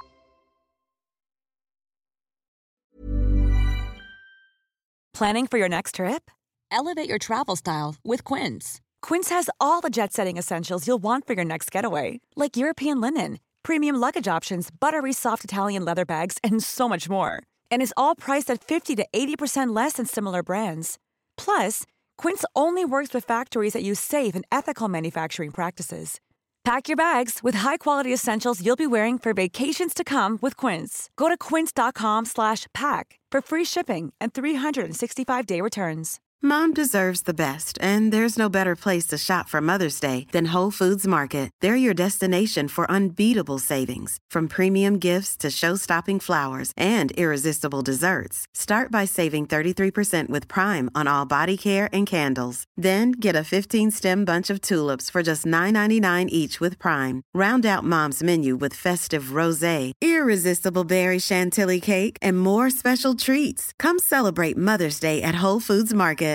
Planning for your next trip? Elevate your travel style with Quince. Quince has all the jet-setting essentials you'll want for your next getaway, like European linen, premium luggage options, buttery soft Italian leather bags, and so much more. And is all priced at fifty to eighty percent less than similar brands. Plus, Quince only works with factories that use safe and ethical manufacturing practices. Pack your bags with high-quality essentials you'll be wearing for vacations to come with Quince. Go to quince.com slash pack for free shipping and three sixty-five day returns. Mom deserves the best, and there's no better place to shop for Mother's Day than Whole Foods Market. They're your destination for unbeatable savings, from premium gifts to show-stopping flowers and irresistible desserts. Start by saving thirty-three percent with Prime on all body care and candles. Then get a fifteen-stem bunch of tulips for just nine ninety-nine each with Prime. Round out Mom's menu with festive rosé, irresistible berry chantilly cake, and more special treats. Come celebrate Mother's Day at Whole Foods Market.